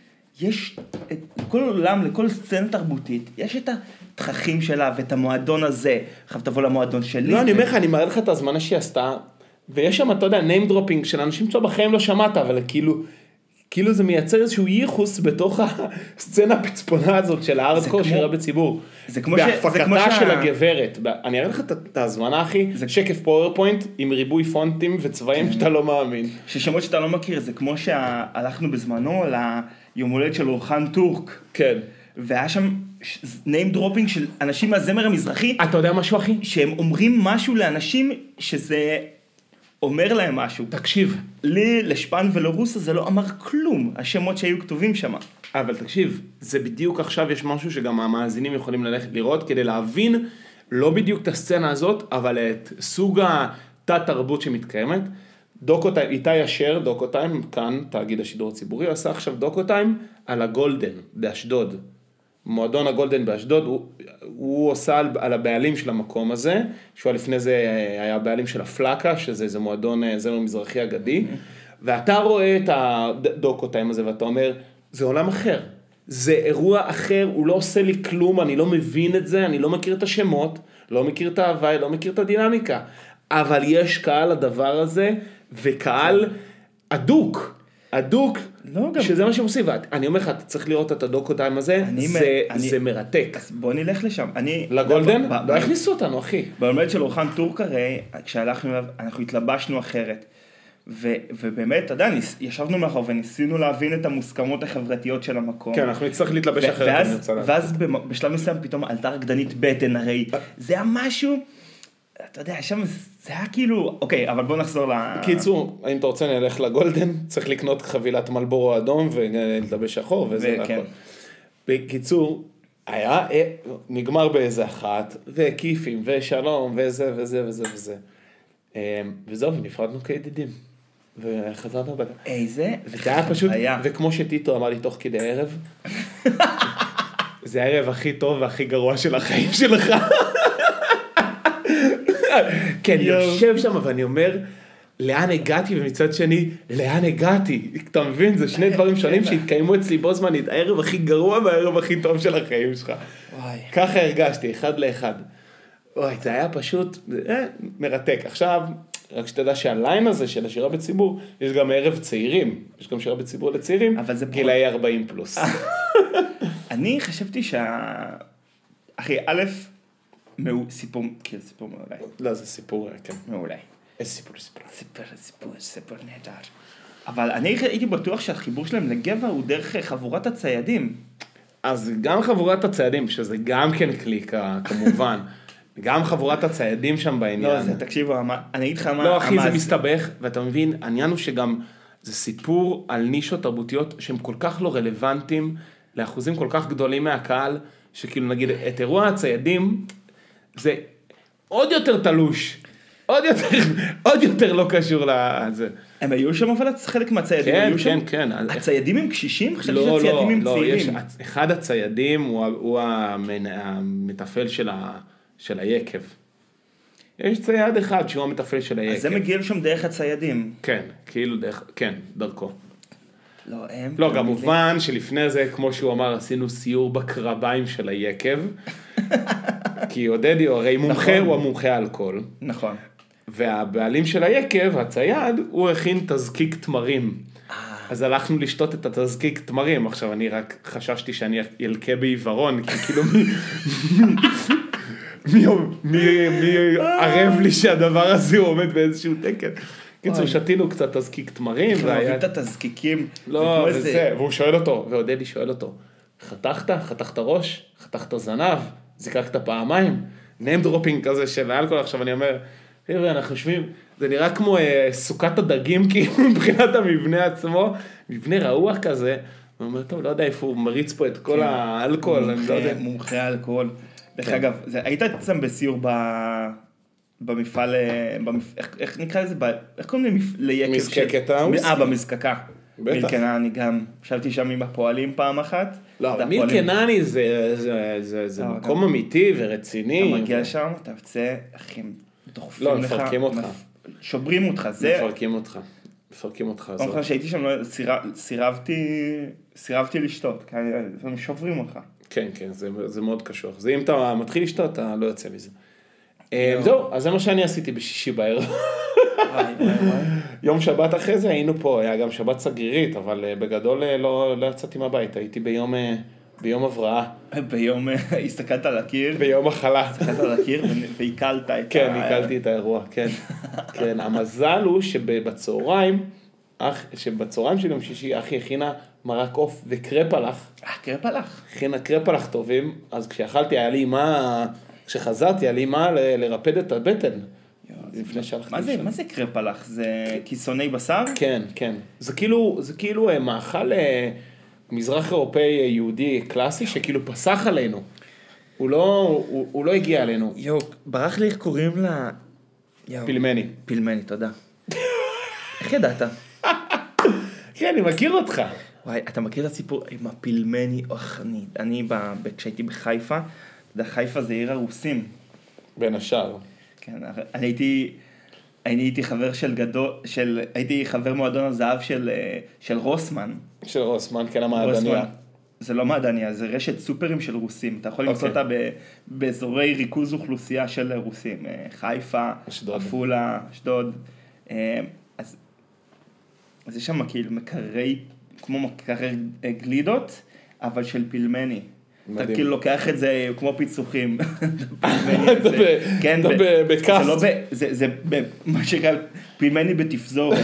יש, לכל עולם, לכל סצנה תרבותית, יש את התככים שלה ואת המועדון הזה. עכשיו תבוא למועדון שלי. לא, אני אומר לך, אני מראה לך את הזמנה שהיא עשתה, ויש שם, אתה יודע, name dropping של אנשים שאתה בחיים לא שמעת, אבל כאילו, כאילו זה מייצר איזשהו ייחוס בתוך הסצנה הפצפונה הזאת של הארדקור שירה בציבור. זה כמו ש... בהפקתה של הגברת. אני אראה לך את ההזמנה, אחי, שקף פאורפוינט עם ריבוי פונטים וצבעים שאתה לא מאמין. ששמות שאתה לא מכיר, זה כמו שהלכנו בזמנו ליום הולדת של אורחן טורק. כן. והיה שם name dropping של אנשים מהזמר המזרחי. אתה יודע משהו, אחי? שהם אומרים משהו לאנשים שזה... אומר להם משהו. תקשיב. לי, לשפן ולרוסה זה לא אמר כלום, השמות שהיו כתובים שם. אבל תקשיב, זה בדיוק עכשיו יש משהו שגם המאזינים יכולים ללכת לראות, כדי להבין לא בדיוק את הסצנה הזאת, אבל את סוג התת תרבות שמתקיימת. דוקו-טיים, איתי אשר, דוקו-טיים, כאן, תאגיד השידור הציבורי, עשה עכשיו דוקו-טיים על הגולדן, באשדוד. מועדון הגולדן באשדוד, הוא, הוא עושה על, על הבעלים של המקום הזה, שהוא לפני זה היה הבעלים של הפלקה, שזה איזה מועדון זמר מזרחי אגדי, ואתה רואה את הדוקו-טיים הזה, ואתה אומר, זה עולם אחר, זה אירוע אחר, הוא לא עושה לי כלום, אני לא מבין את זה, אני לא מכיר את השמות, לא מכיר את ההוואי, לא מכיר את הדינמיקה, אבל יש קהל לדבר הזה, וקהל אדוק, אדוק, לא, גם... שזה מה שהם עושים, אני אומר לך, אתה צריך לראות את הדוקו-טיים הזה, זה, אני... זה מרתק. אז בוא נלך לשם. אני... לגולדן? לא הכניסו אותנו, אחי. במועד של אורחן טורק הרי, כשהלכנו אליו, אנחנו התלבשנו אחרת. ו... ובאמת, אתה יודע, ישבנו מאחור וניסינו להבין את המוסכמות החברתיות של המקום. כן, אנחנו נצטרך להתלבש ו... אחרת. ואז, ואז בשלב מסוים פתאום עלתה רקדנית בטן, הרי זה היה משהו... אתה יודע, שם זה היה כאילו, אוקיי, אבל בוא נחזור ל... קיצור, אם אתה רוצה נלך לגולדן, צריך לקנות חבילת מלבורו אדום ולהתלבש שחור וזה הכל. בקיצור, היה, נגמר באיזה אחת, וכיפים, ושלום, וזה וזה וזה וזה. וזהו, ונפרדנו כידידים. וחזרנו הביתה. איזה? וזה היה פשוט, וכמו שטיטו אמר לי תוך כדי ערב, זה הערב הכי טוב והכי גרוע של החיים שלך. כן, יושב שם ואני אומר, לאן הגעתי, ומצד שני, לאן הגעתי? אתה מבין? זה שני דברים שונים שהתקיימו אצלי בו זמנית, הערב הכי גרוע והערב הכי טוב של החיים שלך. ככה הרגשתי, אחד לאחד. אוי, זה היה פשוט מרתק. עכשיו, רק שתדע שהליין הזה של השירה בציבור, יש גם ערב צעירים, יש גם שירה בציבור לצעירים, גילאי ארבעים פלוס. אני חשבתי שה... אחי, א', סיפור, כאילו סיפור מעולה. לא, זה סיפור, כן. מעולה. איזה סיפור, סיפור. סיפור, סיפור, סיפור נהדר. אבל אני הייתי בטוח שהחיבור שלהם לגבע הוא דרך חבורת הציידים. אז גם חבורת הציידים, שזה גם כן קליקה, כמובן. גם חבורת הציידים שם בעניין. לא, זה, תקשיבו, אני אגיד לך מה... לא, אחי, זה מסתבך, ואתה מבין, העניין הוא שגם זה סיפור על נישות תרבותיות שהם כל כך לא רלוונטיים, לאחוזים כל כך גדולים מהקהל, שכאילו נגיד, את אירוע הציידים, זה עוד יותר תלוש, עוד יותר, עוד יותר לא קשור לזה. הם היו שם אבל חלק מהציידים, כן, היו כן, שם? כן. הציידים הם קשישים? חשבתי לא, שהציידים הם לא, צעירים. לא, יש, אחד הציידים הוא, הוא המתפעל של, ה, של היקב. יש צייד אחד שהוא המתפעל של היקב. אז זה מגיע שם דרך הציידים. כן, כאילו דרך, כן, דרכו. לא, הם... לא, גם מובן שלפני זה, כמו שהוא אמר, עשינו סיור בקרביים של היקב, כי עודדי, הרי מומחה הוא המומחה אלכוהול. נכון. והבעלים של היקב, הצייד, הוא הכין תזקיק תמרים. אז הלכנו לשתות את התזקיק תמרים, עכשיו אני רק חששתי שאני ילקה בעיוורון, כי כאילו מי ערב לי שהדבר הזה הוא עומד באיזשהו תקן. קיצור, שתינו קצת תזקיק תמרים. הוא מביא את התזקיקים. לא, וזה, והוא שואל אותו, ועודדי שואל אותו, חתכת? חתכת ראש? חתכת זנב? זיקקת פעמיים? name dropping כזה של אלכוהול, עכשיו אני אומר, תראה, אנחנו יושבים, זה נראה כמו אה, סוכת הדגים, כאילו מבחינת המבנה עצמו, מבנה רעוע כזה, הוא אומר, טוב, לא יודע איפה הוא מריץ פה את כל כן. האלכוהול, מומחה, אני לא יודע. מומחה אלכוהול. דרך כן. אגב, זה, היית אצלם בסיור ב... במפעל, במפ... איך, איך נקרא לזה? ב... איך קוראים למפ... ליקב? מזקקת האוס? אה, במזקקה. בטח. מילקנני גם, ישבתי שם עם הפועלים פעם אחת. לא, מילקנני זה, זה, זה, זה מקום אמיתי ורציני. אתה מגיע שם, אתה יוצא, אחי, דוחפים לך. לא, מפרקים אותך. שוברים אותך, זה... מפרקים אותך. מפרקים אותך. פעם אחת שהייתי שם, סירבתי, סירבתי לשתות, כי הם שוברים אותך. כן, כן, זה, זה מאוד קשוח. זה אם אתה מתחיל לשתות, אתה לא יוצא מזה. זהו, אז זה מה שאני עשיתי בשישי בערב. יום שבת אחרי זה היינו פה, היה גם שבת סגרירית, אבל בגדול לא, לא יצאתי מהבית, הייתי ביום, ביום הבראה. ביום, הסתכלת על הקיר. ביום החלה. הסתכלת על הקיר והקלת את ה... כן, הקלתי את האירוע, כן. כן, המזל הוא שבצהריים, שבצהריים של יום שישי, אחי הכינה מרק עוף וקרפלח. אה, קרפלח. הכינה קרפלח טובים, אז כשאכלתי היה לי מה... כשחזרתי, היה לי מה לרפד את הבטן. לפני שהלכתי מה זה, מה זה קרפלח? זה כיסוני בשר? כן, כן. זה כאילו, זה כאילו מאכל מזרח אירופאי יהודי קלאסי, שכאילו פסח עלינו. הוא לא, הוא, הוא לא הגיע עלינו. יו, ברח לי איך קוראים לה... פילמני. פילמני, תודה. איך ידעת? כן, אני מכיר אותך. וואי, אתה מכיר את הסיפור עם הפילמני? אוח, אני, אני ב, כשהייתי בחיפה, אתה יודע, חיפה זה עיר הרוסים. בין השאר. כן, אני הייתי, אני הייתי חבר של גדול, של, הייתי חבר מועדון הזהב של, של רוסמן. של רוסמן, כן, המעדניה. זה לא מעדניה, זה רשת סופרים של רוסים. אתה יכול למצוא אותה באזורי ריכוז אוכלוסייה של רוסים. חיפה, עפולה, אשדוד. אז, אז יש שם כאילו מקרי, כמו מקרי גלידות, אבל של פילמני. אתה כאילו לוקח את זה כמו פיצוחים. כן, בקאסט. זה מה שקרה, פילמני בתפזורת.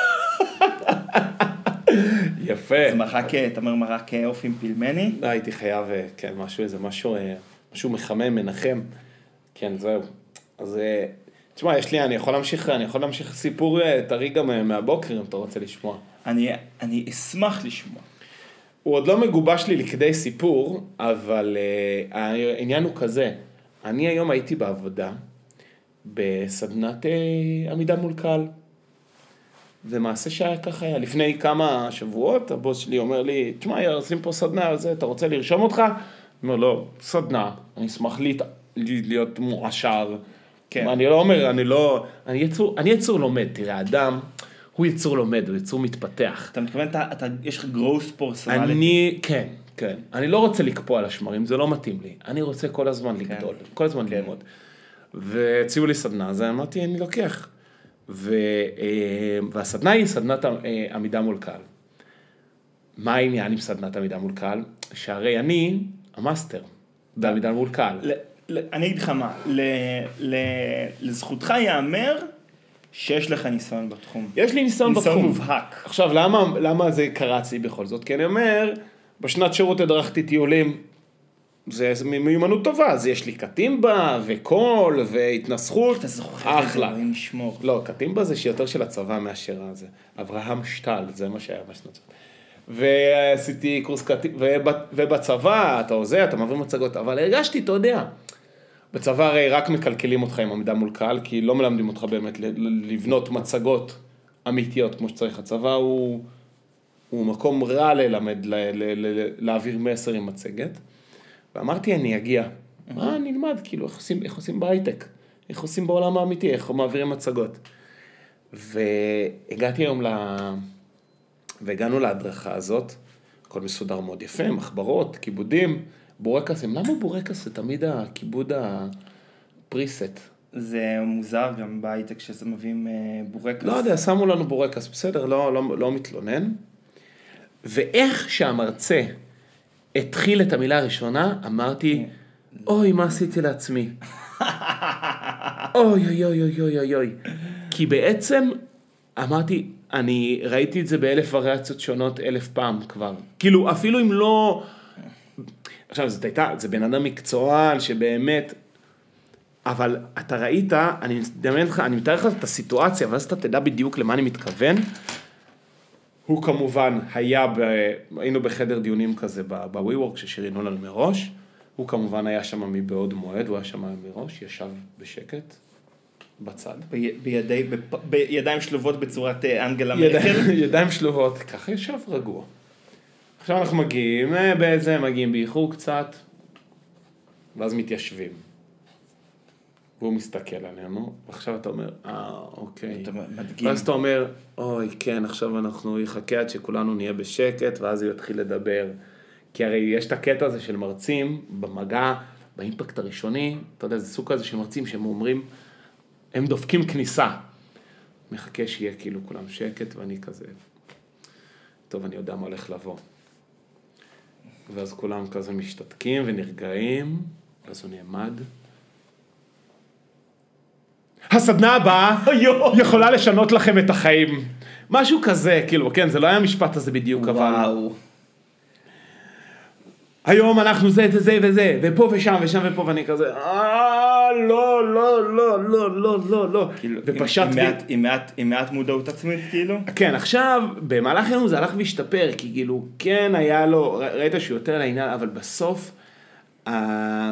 יפה. זה מרק, אתה אומר מרק עוף עם פילמני? הייתי חייב, כן, משהו, איזה משהו, משהו מחמם, מנחם. כן, זהו. אז, תשמע, יש לי, אני יכול להמשיך, אני יכול להמשיך סיפור טרי גם מהבוקר, אם אתה רוצה לשמוע. אני, אני אשמח לשמוע. הוא עוד לא מגובש לי לכדי סיפור, אבל uh, העניין הוא כזה. אני היום הייתי בעבודה, בסדנת uh, עמידה מול קהל. זה מעשה שהיה ככה היה. לפני כמה שבועות, הבוס שלי אומר לי, תשמע, עושים פה סדנה על זה, אתה רוצה לרשום אותך? אני אומר, לא, סדנה, אני אשמח לי, להיות מועשר. כן. אני לא אומר, אני לא, אני יצור, אני יצור לומד, תראה, אדם, הוא יצור לומד, הוא יצור מתפתח. אתה מתכוון, אתה, אתה, יש לך גרוס פרסונליטי. אני, כן, כן. אני לא רוצה לקפוא על השמרים, זה לא מתאים לי. אני רוצה כל הזמן לגדול, כן. כל הזמן כן. ללמוד. והציעו לי סדנה, אז אמרתי, אני לוקח. ו, והסדנה היא סדנת עמידה מול קהל. מה העניין עם סדנת עמידה מול קהל? שהרי אני המאסטר בעמידה מול קהל. אני אגיד לך מה, לזכותך יאמר שיש לך ניסיון בתחום. יש לי ניסיון בתחום. ניסיון מובהק. עכשיו, למה, למה זה קרץ לי בכל זאת? כי אני אומר, בשנת שירות הדרכתי טיולים, זה מיומנות טובה, אז יש לי קטימבה וקול והתנסחות. אתה זוכר את זה, אני משמור. לא, קטימבה זה שיותר של הצבא מאשר הזה. אברהם שטל, זה מה שהיה בשנות. ועשיתי קורס קטימבה, ובצבא אתה עוזר, אתה מעביר מצגות, אבל הרגשתי, אתה יודע, בצבא הרי רק מקלקלים אותך עם עמידה מול קהל, כי לא מלמדים אותך באמת לבנות מצגות אמיתיות כמו שצריך. הצבא הוא, הוא מקום רע ללמד, ל, ל, ל, להעביר מסר עם מצגת. ואמרתי, אני אגיע. מה, נלמד, כאילו, איך עושים, איך עושים בהייטק? איך עושים בעולם האמיתי? איך מעבירים מצגות? והגעתי היום ל... והגענו להדרכה הזאת, הכל מסודר מאוד יפה, מחברות, כיבודים, בורקסים. למה בורקס זה תמיד הכיבוד הפריסט? זה מוזר גם בהייטק שזה מביאים בורקס. לא יודע, שמו לנו בורקס, בסדר, לא, לא, לא מתלונן. ואיך שהמרצה התחיל את המילה הראשונה, אמרתי, אוי, מה עשיתי לעצמי? אוי, אוי, אוי, אוי, אוי, אוי, אוי. כי בעצם, אמרתי, אני ראיתי את זה באלף וריאציות שונות אלף פעם כבר. כאילו, אפילו אם לא... עכשיו, זאת הייתה, זה בן אדם מקצוען שבאמת... אבל אתה ראית, אני מדמיין לך, אני מתאר לך את הסיטואציה, ואז אתה תדע בדיוק למה אני מתכוון. הוא כמובן היה, ב... היינו בחדר דיונים כזה ב-WeWork ששירינו לנו מראש. הוא כמובן היה שם מבעוד מועד, הוא היה שם מראש, ישב בשקט, בצד. ב... בידי, ב... בידיים שלובות בצורת אנגלה מרקל? ידיים שלובות, ככה ישב רגוע. עכשיו אנחנו מגיעים, באיזה, מגיעים באיחור קצת, ואז מתיישבים. והוא מסתכל עלינו, ועכשיו אתה אומר, אה, אוקיי. אתה מדגים. ואז אתה אומר, אוי, כן, עכשיו אנחנו יחכה עד שכולנו נהיה בשקט, ואז הוא יתחיל לדבר. כי הרי יש את הקטע הזה של מרצים, במגע, באימפקט הראשוני, אתה יודע, זה סוג כזה של מרצים שהם אומרים, הם דופקים כניסה. מחכה שיהיה כאילו כולם שקט, ואני כזה, טוב, אני יודע מה הולך לבוא. ואז כולם כזה משתתקים ונרגעים, ואז הוא נעמד. הסדנה הבאה יכולה לשנות לכם את החיים. משהו כזה, כאילו, כן, זה לא היה המשפט הזה בדיוק, אבל... וואו. היום אנחנו זה, זה, זה וזה, ופה ושם ושם ופה, ואני כזה, אה, לא, לא, לא, לא, לא, לא, לא. ופשט בי... עם מעט, עם מעט מודעות עצמית, כאילו? כן, עכשיו, במהלך היום זה הלך והשתפר, כי כאילו, כן היה לו, ראית שהוא יותר לעניין, אבל בסוף, זה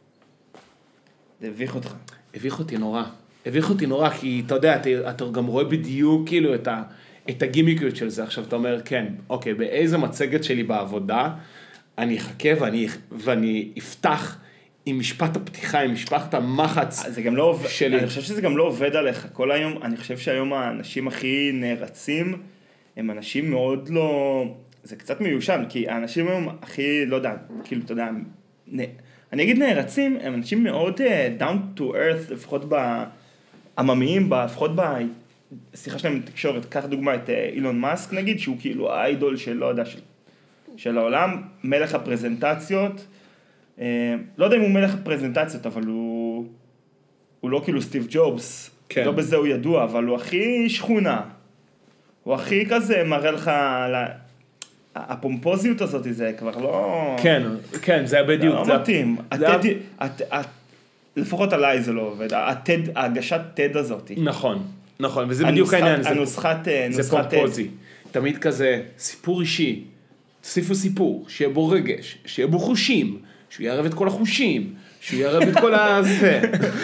הביך אותך. הביך אותי נורא. הביך אותי נורא, כי אתה יודע, אתה, אתה גם רואה בדיוק כאילו את, ה, את הגימיקיות של זה. עכשיו אתה אומר, כן, אוקיי, באיזה מצגת שלי בעבודה, אני אחכה ואני, ואני אפתח עם משפט הפתיחה, עם משפט המחץ זה גם לא עובד, שלי. אני חושב שזה גם לא עובד עליך. כל היום, אני חושב שהיום האנשים הכי נערצים, הם אנשים מאוד לא... זה קצת מיושן, כי האנשים היום הכי, לא יודע, כאילו, אתה יודע, נ... אני אגיד נערצים, הם אנשים מאוד uh, down to earth, לפחות בעממיים, לפחות בשיחה שלהם בתקשורת. קח דוגמה את אילון מאסק, נגיד, שהוא כאילו האיידול של, לא יודע, של, של העולם, מלך הפרזנטציות. Uh, לא יודע אם הוא מלך הפרזנטציות, אבל הוא, הוא לא כאילו סטיב ג'ובס, כן. לא בזה הוא ידוע, אבל הוא הכי שכונה. הוא הכי כזה מראה לך... הפומפוזיות הזאת זה כבר לא... כן, כן, זה בדיוק. זה לא מתאים. לפחות עליי זה לא עובד. ההגשת תד הזאת. נכון, נכון, וזה בדיוק העניין. הנוסחת... זה פומפוזי. תמיד כזה, סיפור אישי, תוסיפו סיפור, שיהיה בו רגש, שיהיה בו חושים, שהוא יערב את כל החושים, שהוא יערב את כל הזה.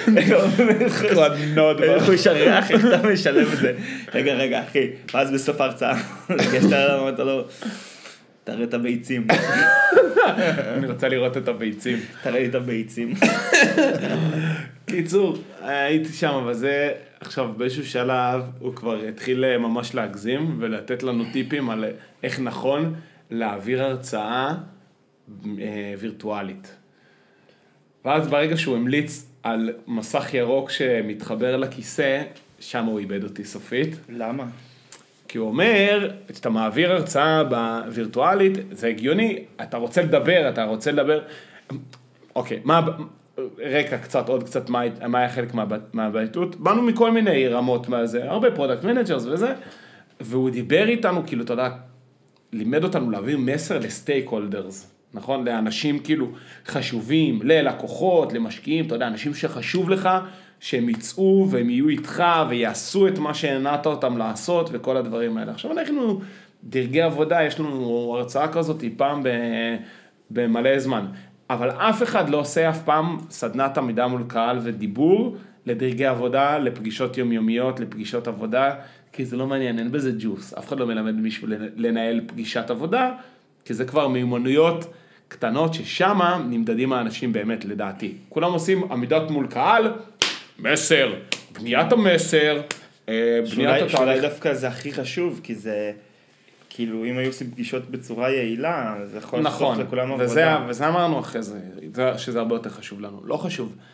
איך הוא ישרח, איך אתה משלם את זה. רגע, רגע, אחי, ואז בסוף ההרצאה, לגשת עליו, אתה לא... תראה את הביצים. אני רוצה לראות את הביצים. תראה את הביצים. קיצור, הייתי שם, אבל זה, עכשיו באיזשהו שלב, הוא כבר התחיל ממש להגזים, ולתת לנו טיפים על איך נכון להעביר הרצאה וירטואלית. ואז ברגע שהוא המליץ על מסך ירוק שמתחבר לכיסא, שם הוא איבד אותי סופית. למה? כי הוא אומר, כשאתה מעביר הרצאה בווירטואלית, זה הגיוני, אתה רוצה לדבר, אתה רוצה לדבר, אוקיי, מה, רקע קצת, עוד קצת, מה, מה היה חלק מה, מהבעייתות? באנו מכל מיני רמות מהזה, הרבה פרודקט מנג'רס וזה, והוא דיבר איתנו, כאילו, אתה יודע, לימד אותנו להעביר מסר לסטייק הולדרס, נכון? לאנשים כאילו חשובים, ללקוחות, למשקיעים, אתה יודע, אנשים שחשוב לך, שהם יצאו והם יהיו איתך ויעשו את מה שהנעת אותם לעשות וכל הדברים האלה. עכשיו אנחנו דרגי עבודה, יש לנו הרצאה כזאת פעם במלא זמן, אבל אף אחד לא עושה אף פעם סדנת עמידה מול קהל ודיבור לדרגי עבודה, לפגישות יומיומיות, לפגישות עבודה, כי זה לא מעניין, אין בזה ג'וס, אף אחד לא מלמד מישהו לנהל פגישת עבודה, כי זה כבר מיומנויות קטנות ששם נמדדים האנשים באמת לדעתי. כולם עושים עמידת מול קהל, מסר, בניית המסר, בניית התהליך. שאולי דווקא זה הכי חשוב, כי זה, כאילו, אם היו עושים פגישות בצורה יעילה, זה יכול לחסוך לכולם עבודה. וזה אמרנו אחרי זה, שזה הרבה יותר חשוב לנו. לא חשוב.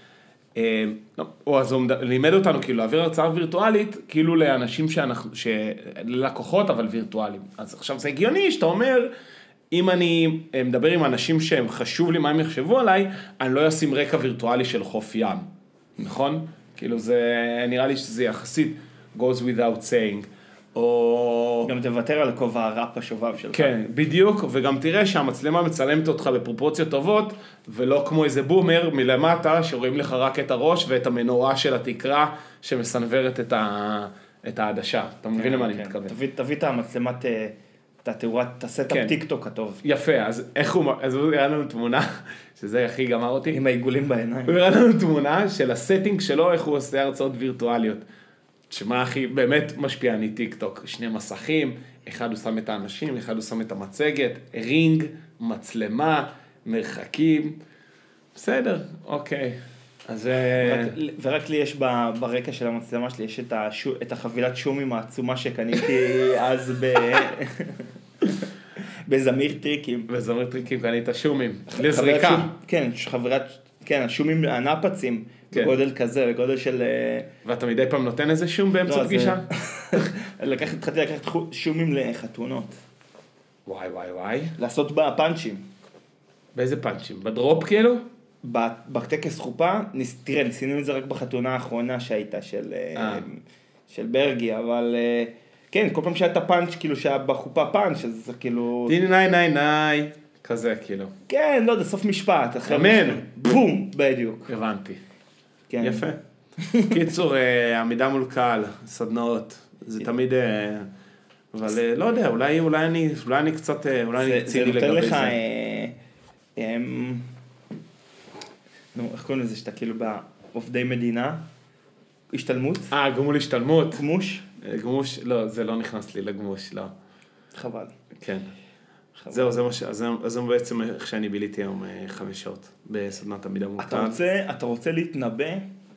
או אז הוא לימד אותנו כאילו להעביר הרצאה וירטואלית, כאילו לאנשים שאנחנו, ללקוחות אבל וירטואליים. אז עכשיו זה הגיוני שאתה אומר, אם אני מדבר עם אנשים שהם חשוב לי מה הם יחשבו עליי, אני לא אשים רקע וירטואלי של חוף ים, נכון? כאילו זה, נראה לי שזה יחסית goes without saying, או... גם תוותר על כובע הראפ השובב שלך. כן, בדיוק, וגם תראה שהמצלמה מצלמת אותך בפרופורציות טובות, ולא כמו איזה בומר מלמטה, שרואים לך רק את הראש ואת המנורה של התקרה, שמסנוורת את, ה... את העדשה. אתה מבין כן, למה כן. אני מתכוון? תביא, תביא את המצלמת, את התאורה, תעשה את כן. הטיקטוק הטוב. יפה, אז איך הוא, אז הוא הראה לנו תמונה, שזה הכי גמר אותי. עם העיגולים בעיניים. הוא הראה לנו תמונה של הסטינג שלו, איך הוא עושה הרצאות וירטואליות. שמה הכי באמת משפיע אני טיקטוק, שני מסכים, אחד הוא שם את האנשים, אחד הוא שם את המצגת, רינג, מצלמה, מרחקים, בסדר, אוקיי. אז... רק, ורק לי יש ברקע של המצלמה שלי, יש את, השו, את החבילת שומים העצומה שקניתי אז ב... בזמיר טריקים. בזמיר טריקים קנית שומים, לזריקה. שום, כן, חברת, כן, השומים הנפצים, כן. בגודל כזה, בגודל של... ואתה מדי פעם נותן איזה שום באמצע לא, פגישה? לקחת, התחלתי לקחת שומים לחתונות. וואי וואי וואי. לעשות בפאנצ'ים. באיזה פאנצ'ים? בדרופ כאילו? בטקס חופה, ניס, תראה, ניסינו את זה רק בחתונה האחרונה שהייתה של, של ברגי, אבל כן, כל פעם שהייתה פאנץ' כאילו שהיה בחופה פאנץ', אז זה כאילו... טיני ניי ניי ניי, כזה כאילו. כן, לא, זה סוף משפט. אמן. בום, בדיוק. הבנתי. כן. יפה. קיצור, עמידה מול קהל, סדנאות, זה תמיד... אבל לא יודע, אולי, אולי אני, אולי אני קצת, אולי אני צידי לגבי זה. זה נותן לך... נו, איך קוראים לזה שאתה כאילו בעובדי מדינה? השתלמות? אה, גמול השתלמות. גמוש? גמוש, לא, זה לא נכנס לי לגמוש, לא. חבל. כן. זהו, זה מה ש... אז זה בעצם איך שאני ביליתי היום חמש שעות בסדנת עמידה מול קהל. אתה רוצה להתנבא,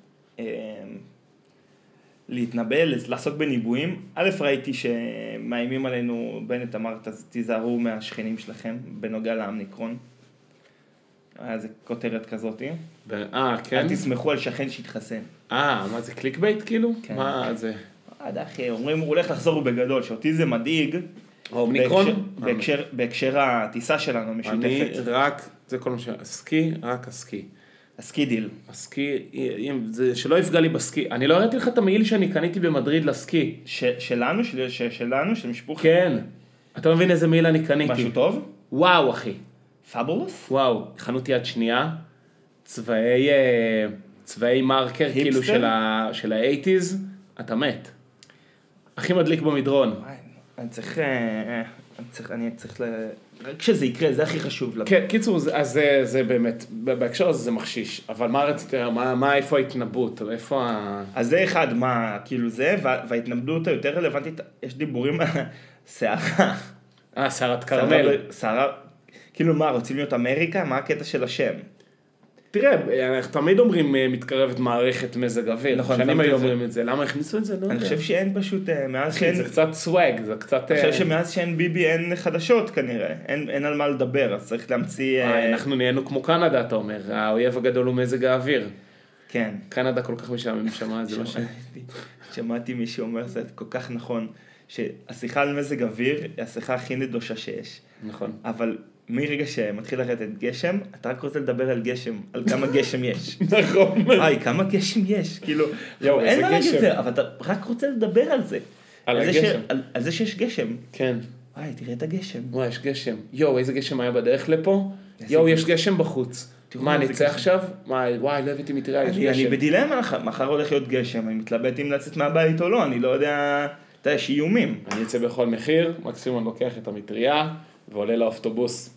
להתנבא, לעסוק בניבויים? א', ראיתי שמאיימים עלינו, בנט אמר, תיזהרו מהשכנים שלכם בנוגע לאמניקרון. היה איזה כותרת כזאת. אה, כן? אל תסמכו על שכן שהתחסן. אה, מה זה קליק בייט כאילו? כן. מה זה? עד אחי, אומרים, הוא הולך לחזור בגדול, שאותי זה מדאיג. האומניקרון? בהקשר, בהקשר הטיסה שלנו המשותפת. אני רק, זה כל מה ש... הסקי, רק הסקי. הסקי דיל. הסקי, זה שלא יפגע לי בסקי. אני לא הראיתי לך את המעיל שאני קניתי במדריד לסקי. ש, שלנו? של, ש, שלנו? של משפוך? כן. אתה לא מבין איזה מעיל אני קניתי. משהו טוב? וואו, אחי. פאבולוס? וואו, חנות יד שנייה. צבעי, צבעי מרקר, היפסטר? כאילו של ה, של ה-שמונים, אתה מת. הכי מדליק במדרון. אני צריך, אני צריך, אני צריך, רק כשזה יקרה, זה הכי חשוב. כן, קיצור, אז זה, זה באמת, בהקשר הזה זה מחשיש, אבל מה רציתי, מה, מה, איפה ההתנבאות, איפה ה... אז זה אחד, מה, כאילו זה, וההתנבאות היותר רלוונטית, יש דיבורים על שערה. אה, שערת קרמל. שערה, כאילו מה, רוצים להיות אמריקה? מה הקטע של השם? תראה, אנחנו תמיד אומרים מתקרבת מערכת מזג אוויר. נכון. שנים היו אומרים את זה. למה הכניסו את זה? אני חושב שאין פשוט, מאז שאין... זה קצת סוואג, זה קצת... אני חושב שמאז שאין ביבי אין חדשות כנראה. אין על מה לדבר, אז צריך להמציא... אנחנו נהיינו כמו קנדה, אתה אומר. האויב הגדול הוא מזג האוויר. כן. קנדה כל כך משעמם, שמע, זה מה ש... שמעתי מישהו אומר, זה כל כך נכון, שהשיחה על מזג אוויר היא השיחה הכי נדושה שיש. נכון. אבל מרגע שמתחיל לרדת גשם, אתה רק רוצה לדבר על גשם, על כמה גשם יש. נכון. היי, כמה גשם יש, כאילו, אין מה להגיד את זה, אבל אתה רק רוצה לדבר על זה. על הגשם. על זה שיש גשם. כן. וואי, תראה את הגשם. וואי, יש גשם. יואו, איזה גשם היה בדרך לפה? יואו, יש גשם בחוץ. מה, אני אצא עכשיו? וואי, לא הבאתי מטריה, יש גשם. אני בדילמה, מחר הולך להיות גשם, אני מתלבט אם לצאת מהבית או לא, אני לא יודע, אתה יודע, יש איומים. אני אצא בכל מחיר, מקסימום אני לוקח את המטריה ועולה לאוטובוס.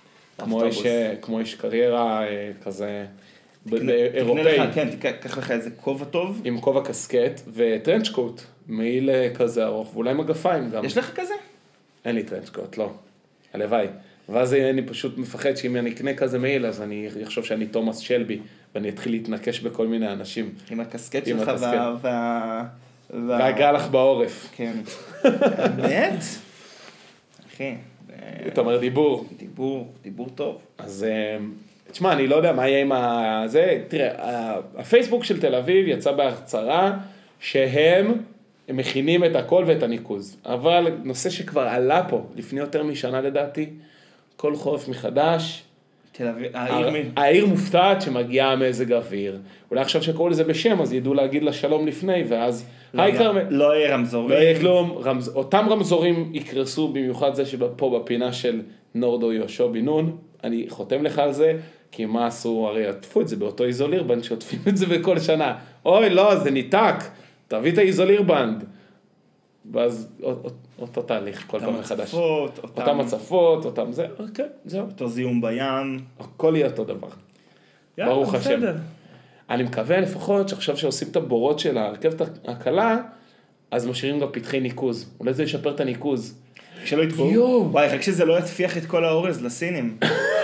כמו איש קריירה כזה אירופאי. כן, תיקח לך איזה כובע טוב. עם כובע קסקט וטרנצ'קוט, מעיל כזה ארוך, ואולי מגפיים גם. יש לך כזה? אין לי טרנצ'קוט, לא. הלוואי. ואז אני פשוט מפחד שאם אני אקנה כזה מעיל, אז אני אחשוב שאני תומאס שלבי, ואני אתחיל להתנקש בכל מיני אנשים. עם הקסקט שלך וה... והגלח בעורף. כן. באמת? אחי. אתה אומר דיבור. דיבור, דיבור טוב. אז תשמע, אני לא יודע מה יהיה עם זה, תראה, הפייסבוק של תל אביב יצא בהצהרה שהם מכינים את הכל ואת הניקוז, אבל נושא שכבר עלה פה לפני יותר משנה לדעתי, כל חורף מחדש, תל אביב, העיר מי? העיר מופתעת שמגיעה מזג אוויר, אולי עכשיו שקראו לזה בשם, אז ידעו להגיד לה שלום לפני, ואז היי כרמל. לא יהיה רמזורים. לא יהיה כלום, אותם רמזורים יקרסו, במיוחד זה שפה בפינה של נורדו יהושע בן נון, אני חותם לך על זה, כי מה עשו, הרי עטפו את זה באותו איזולירבנד, שעוטפים את זה בכל שנה, אוי לא, זה ניתק, תביא את האיזולירבנד, ואז אותו תהליך כל פעם מחדש. אותם הצפות, אותם זה, אוקיי, זהו. אותו זיהום בים. הכל יהיה אותו דבר. ברוך השם. אני מקווה לפחות שעכשיו שעושים את הבורות של הרכבת הקלה, אז משאירים גם פתחי ניקוז. אולי זה ישפר את הניקוז. שלא יתפו. וואי, רק שזה לא יצפיח את כל האורז לסינים.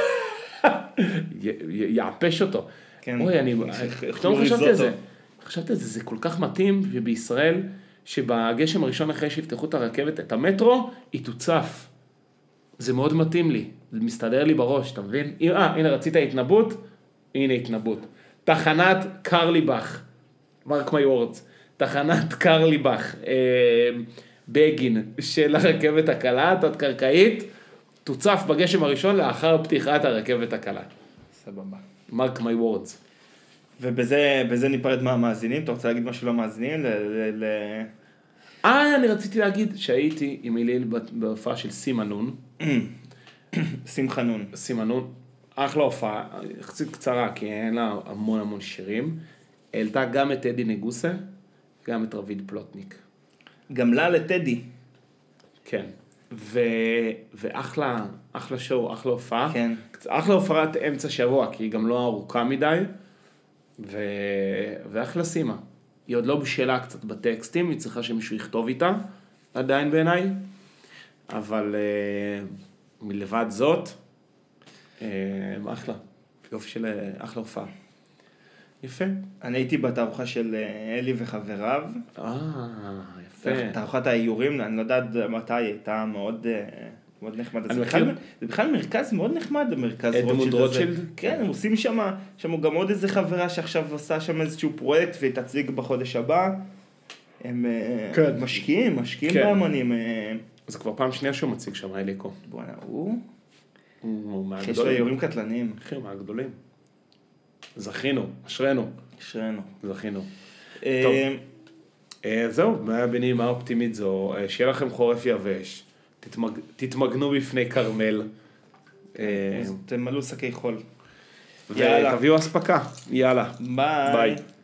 יעפש אותו. אוי, אני פתאום חשבתי על זה. חשבתי על זה, זה כל כך מתאים, ובישראל, שבגשם הראשון אחרי שיפתחו את הרכבת, את המטרו, היא תוצף. זה מאוד מתאים לי. זה מסתדר לי בראש, אתה מבין? אה, הנה רצית התנבאות? הנה התנבאות. תחנת קרליבך, מרק מי וורדס, תחנת קרליבך, אה, בגין של הרכבת הקלה, תת-קרקעית, תוצף בגשם הראשון לאחר פתיחת הרכבת הקלה. סבבה. מרק מי וורדס. ובזה בזה ניפרד מהמאזינים, אתה רוצה להגיד משהו למאזינים? ל... אה, אני רציתי להגיד שהייתי עם היליל בהופעה של סימה נון. שמחה נון. סימה נון. אחלה הופעה, יחסית קצרה, כי אין לה המון המון שירים. העלתה גם את טדי נגוסה, גם את רביד פלוטניק. גם לה לטדי. כן. ו... ואחלה, אחלה שואו, אחלה הופעה. כן. אחלה הופעת אמצע שבוע, כי היא גם לא ארוכה מדי. ו... ואחלה סימה. היא עוד לא בשלה קצת בטקסטים, היא צריכה שמישהו יכתוב איתה, עדיין בעיניי. אבל uh, מלבד זאת, uh, אחלה. יופי של אחלה הופעה. יפה. אני הייתי בתערוכה של אלי וחבריו. אה, יפה. תערוכת האיורים, אני לא יודעת מתי, היא הייתה מאוד... מאוד נחמד. זה בכלל, זה בכלל מרכז מאוד נחמד, המרכז רוטשילד. רוטשילד? כן, הם עושים שם, שם גם עוד איזה חברה שעכשיו עושה שם איזשהו פרויקט ותציג בחודש הבא. הם כן. משקיעים, משקיעים כן. באמנים. זה כבר פעם שנייה שהוא מציג שם, אליקו. בוא'נה, הוא? הוא מהגדולים. יש לו איורים קטלניים. אחי, מהגדולים. זכינו, אשרנו. אשרנו. זכינו. טוב. זהו, בנימה אופטימית זו, שיהיה לכם חורף יבש. תתמג... תתמגנו בפני קרמל. תמלאו שקי חול. ותביאו אספקה. יאללה. ביי. ביי.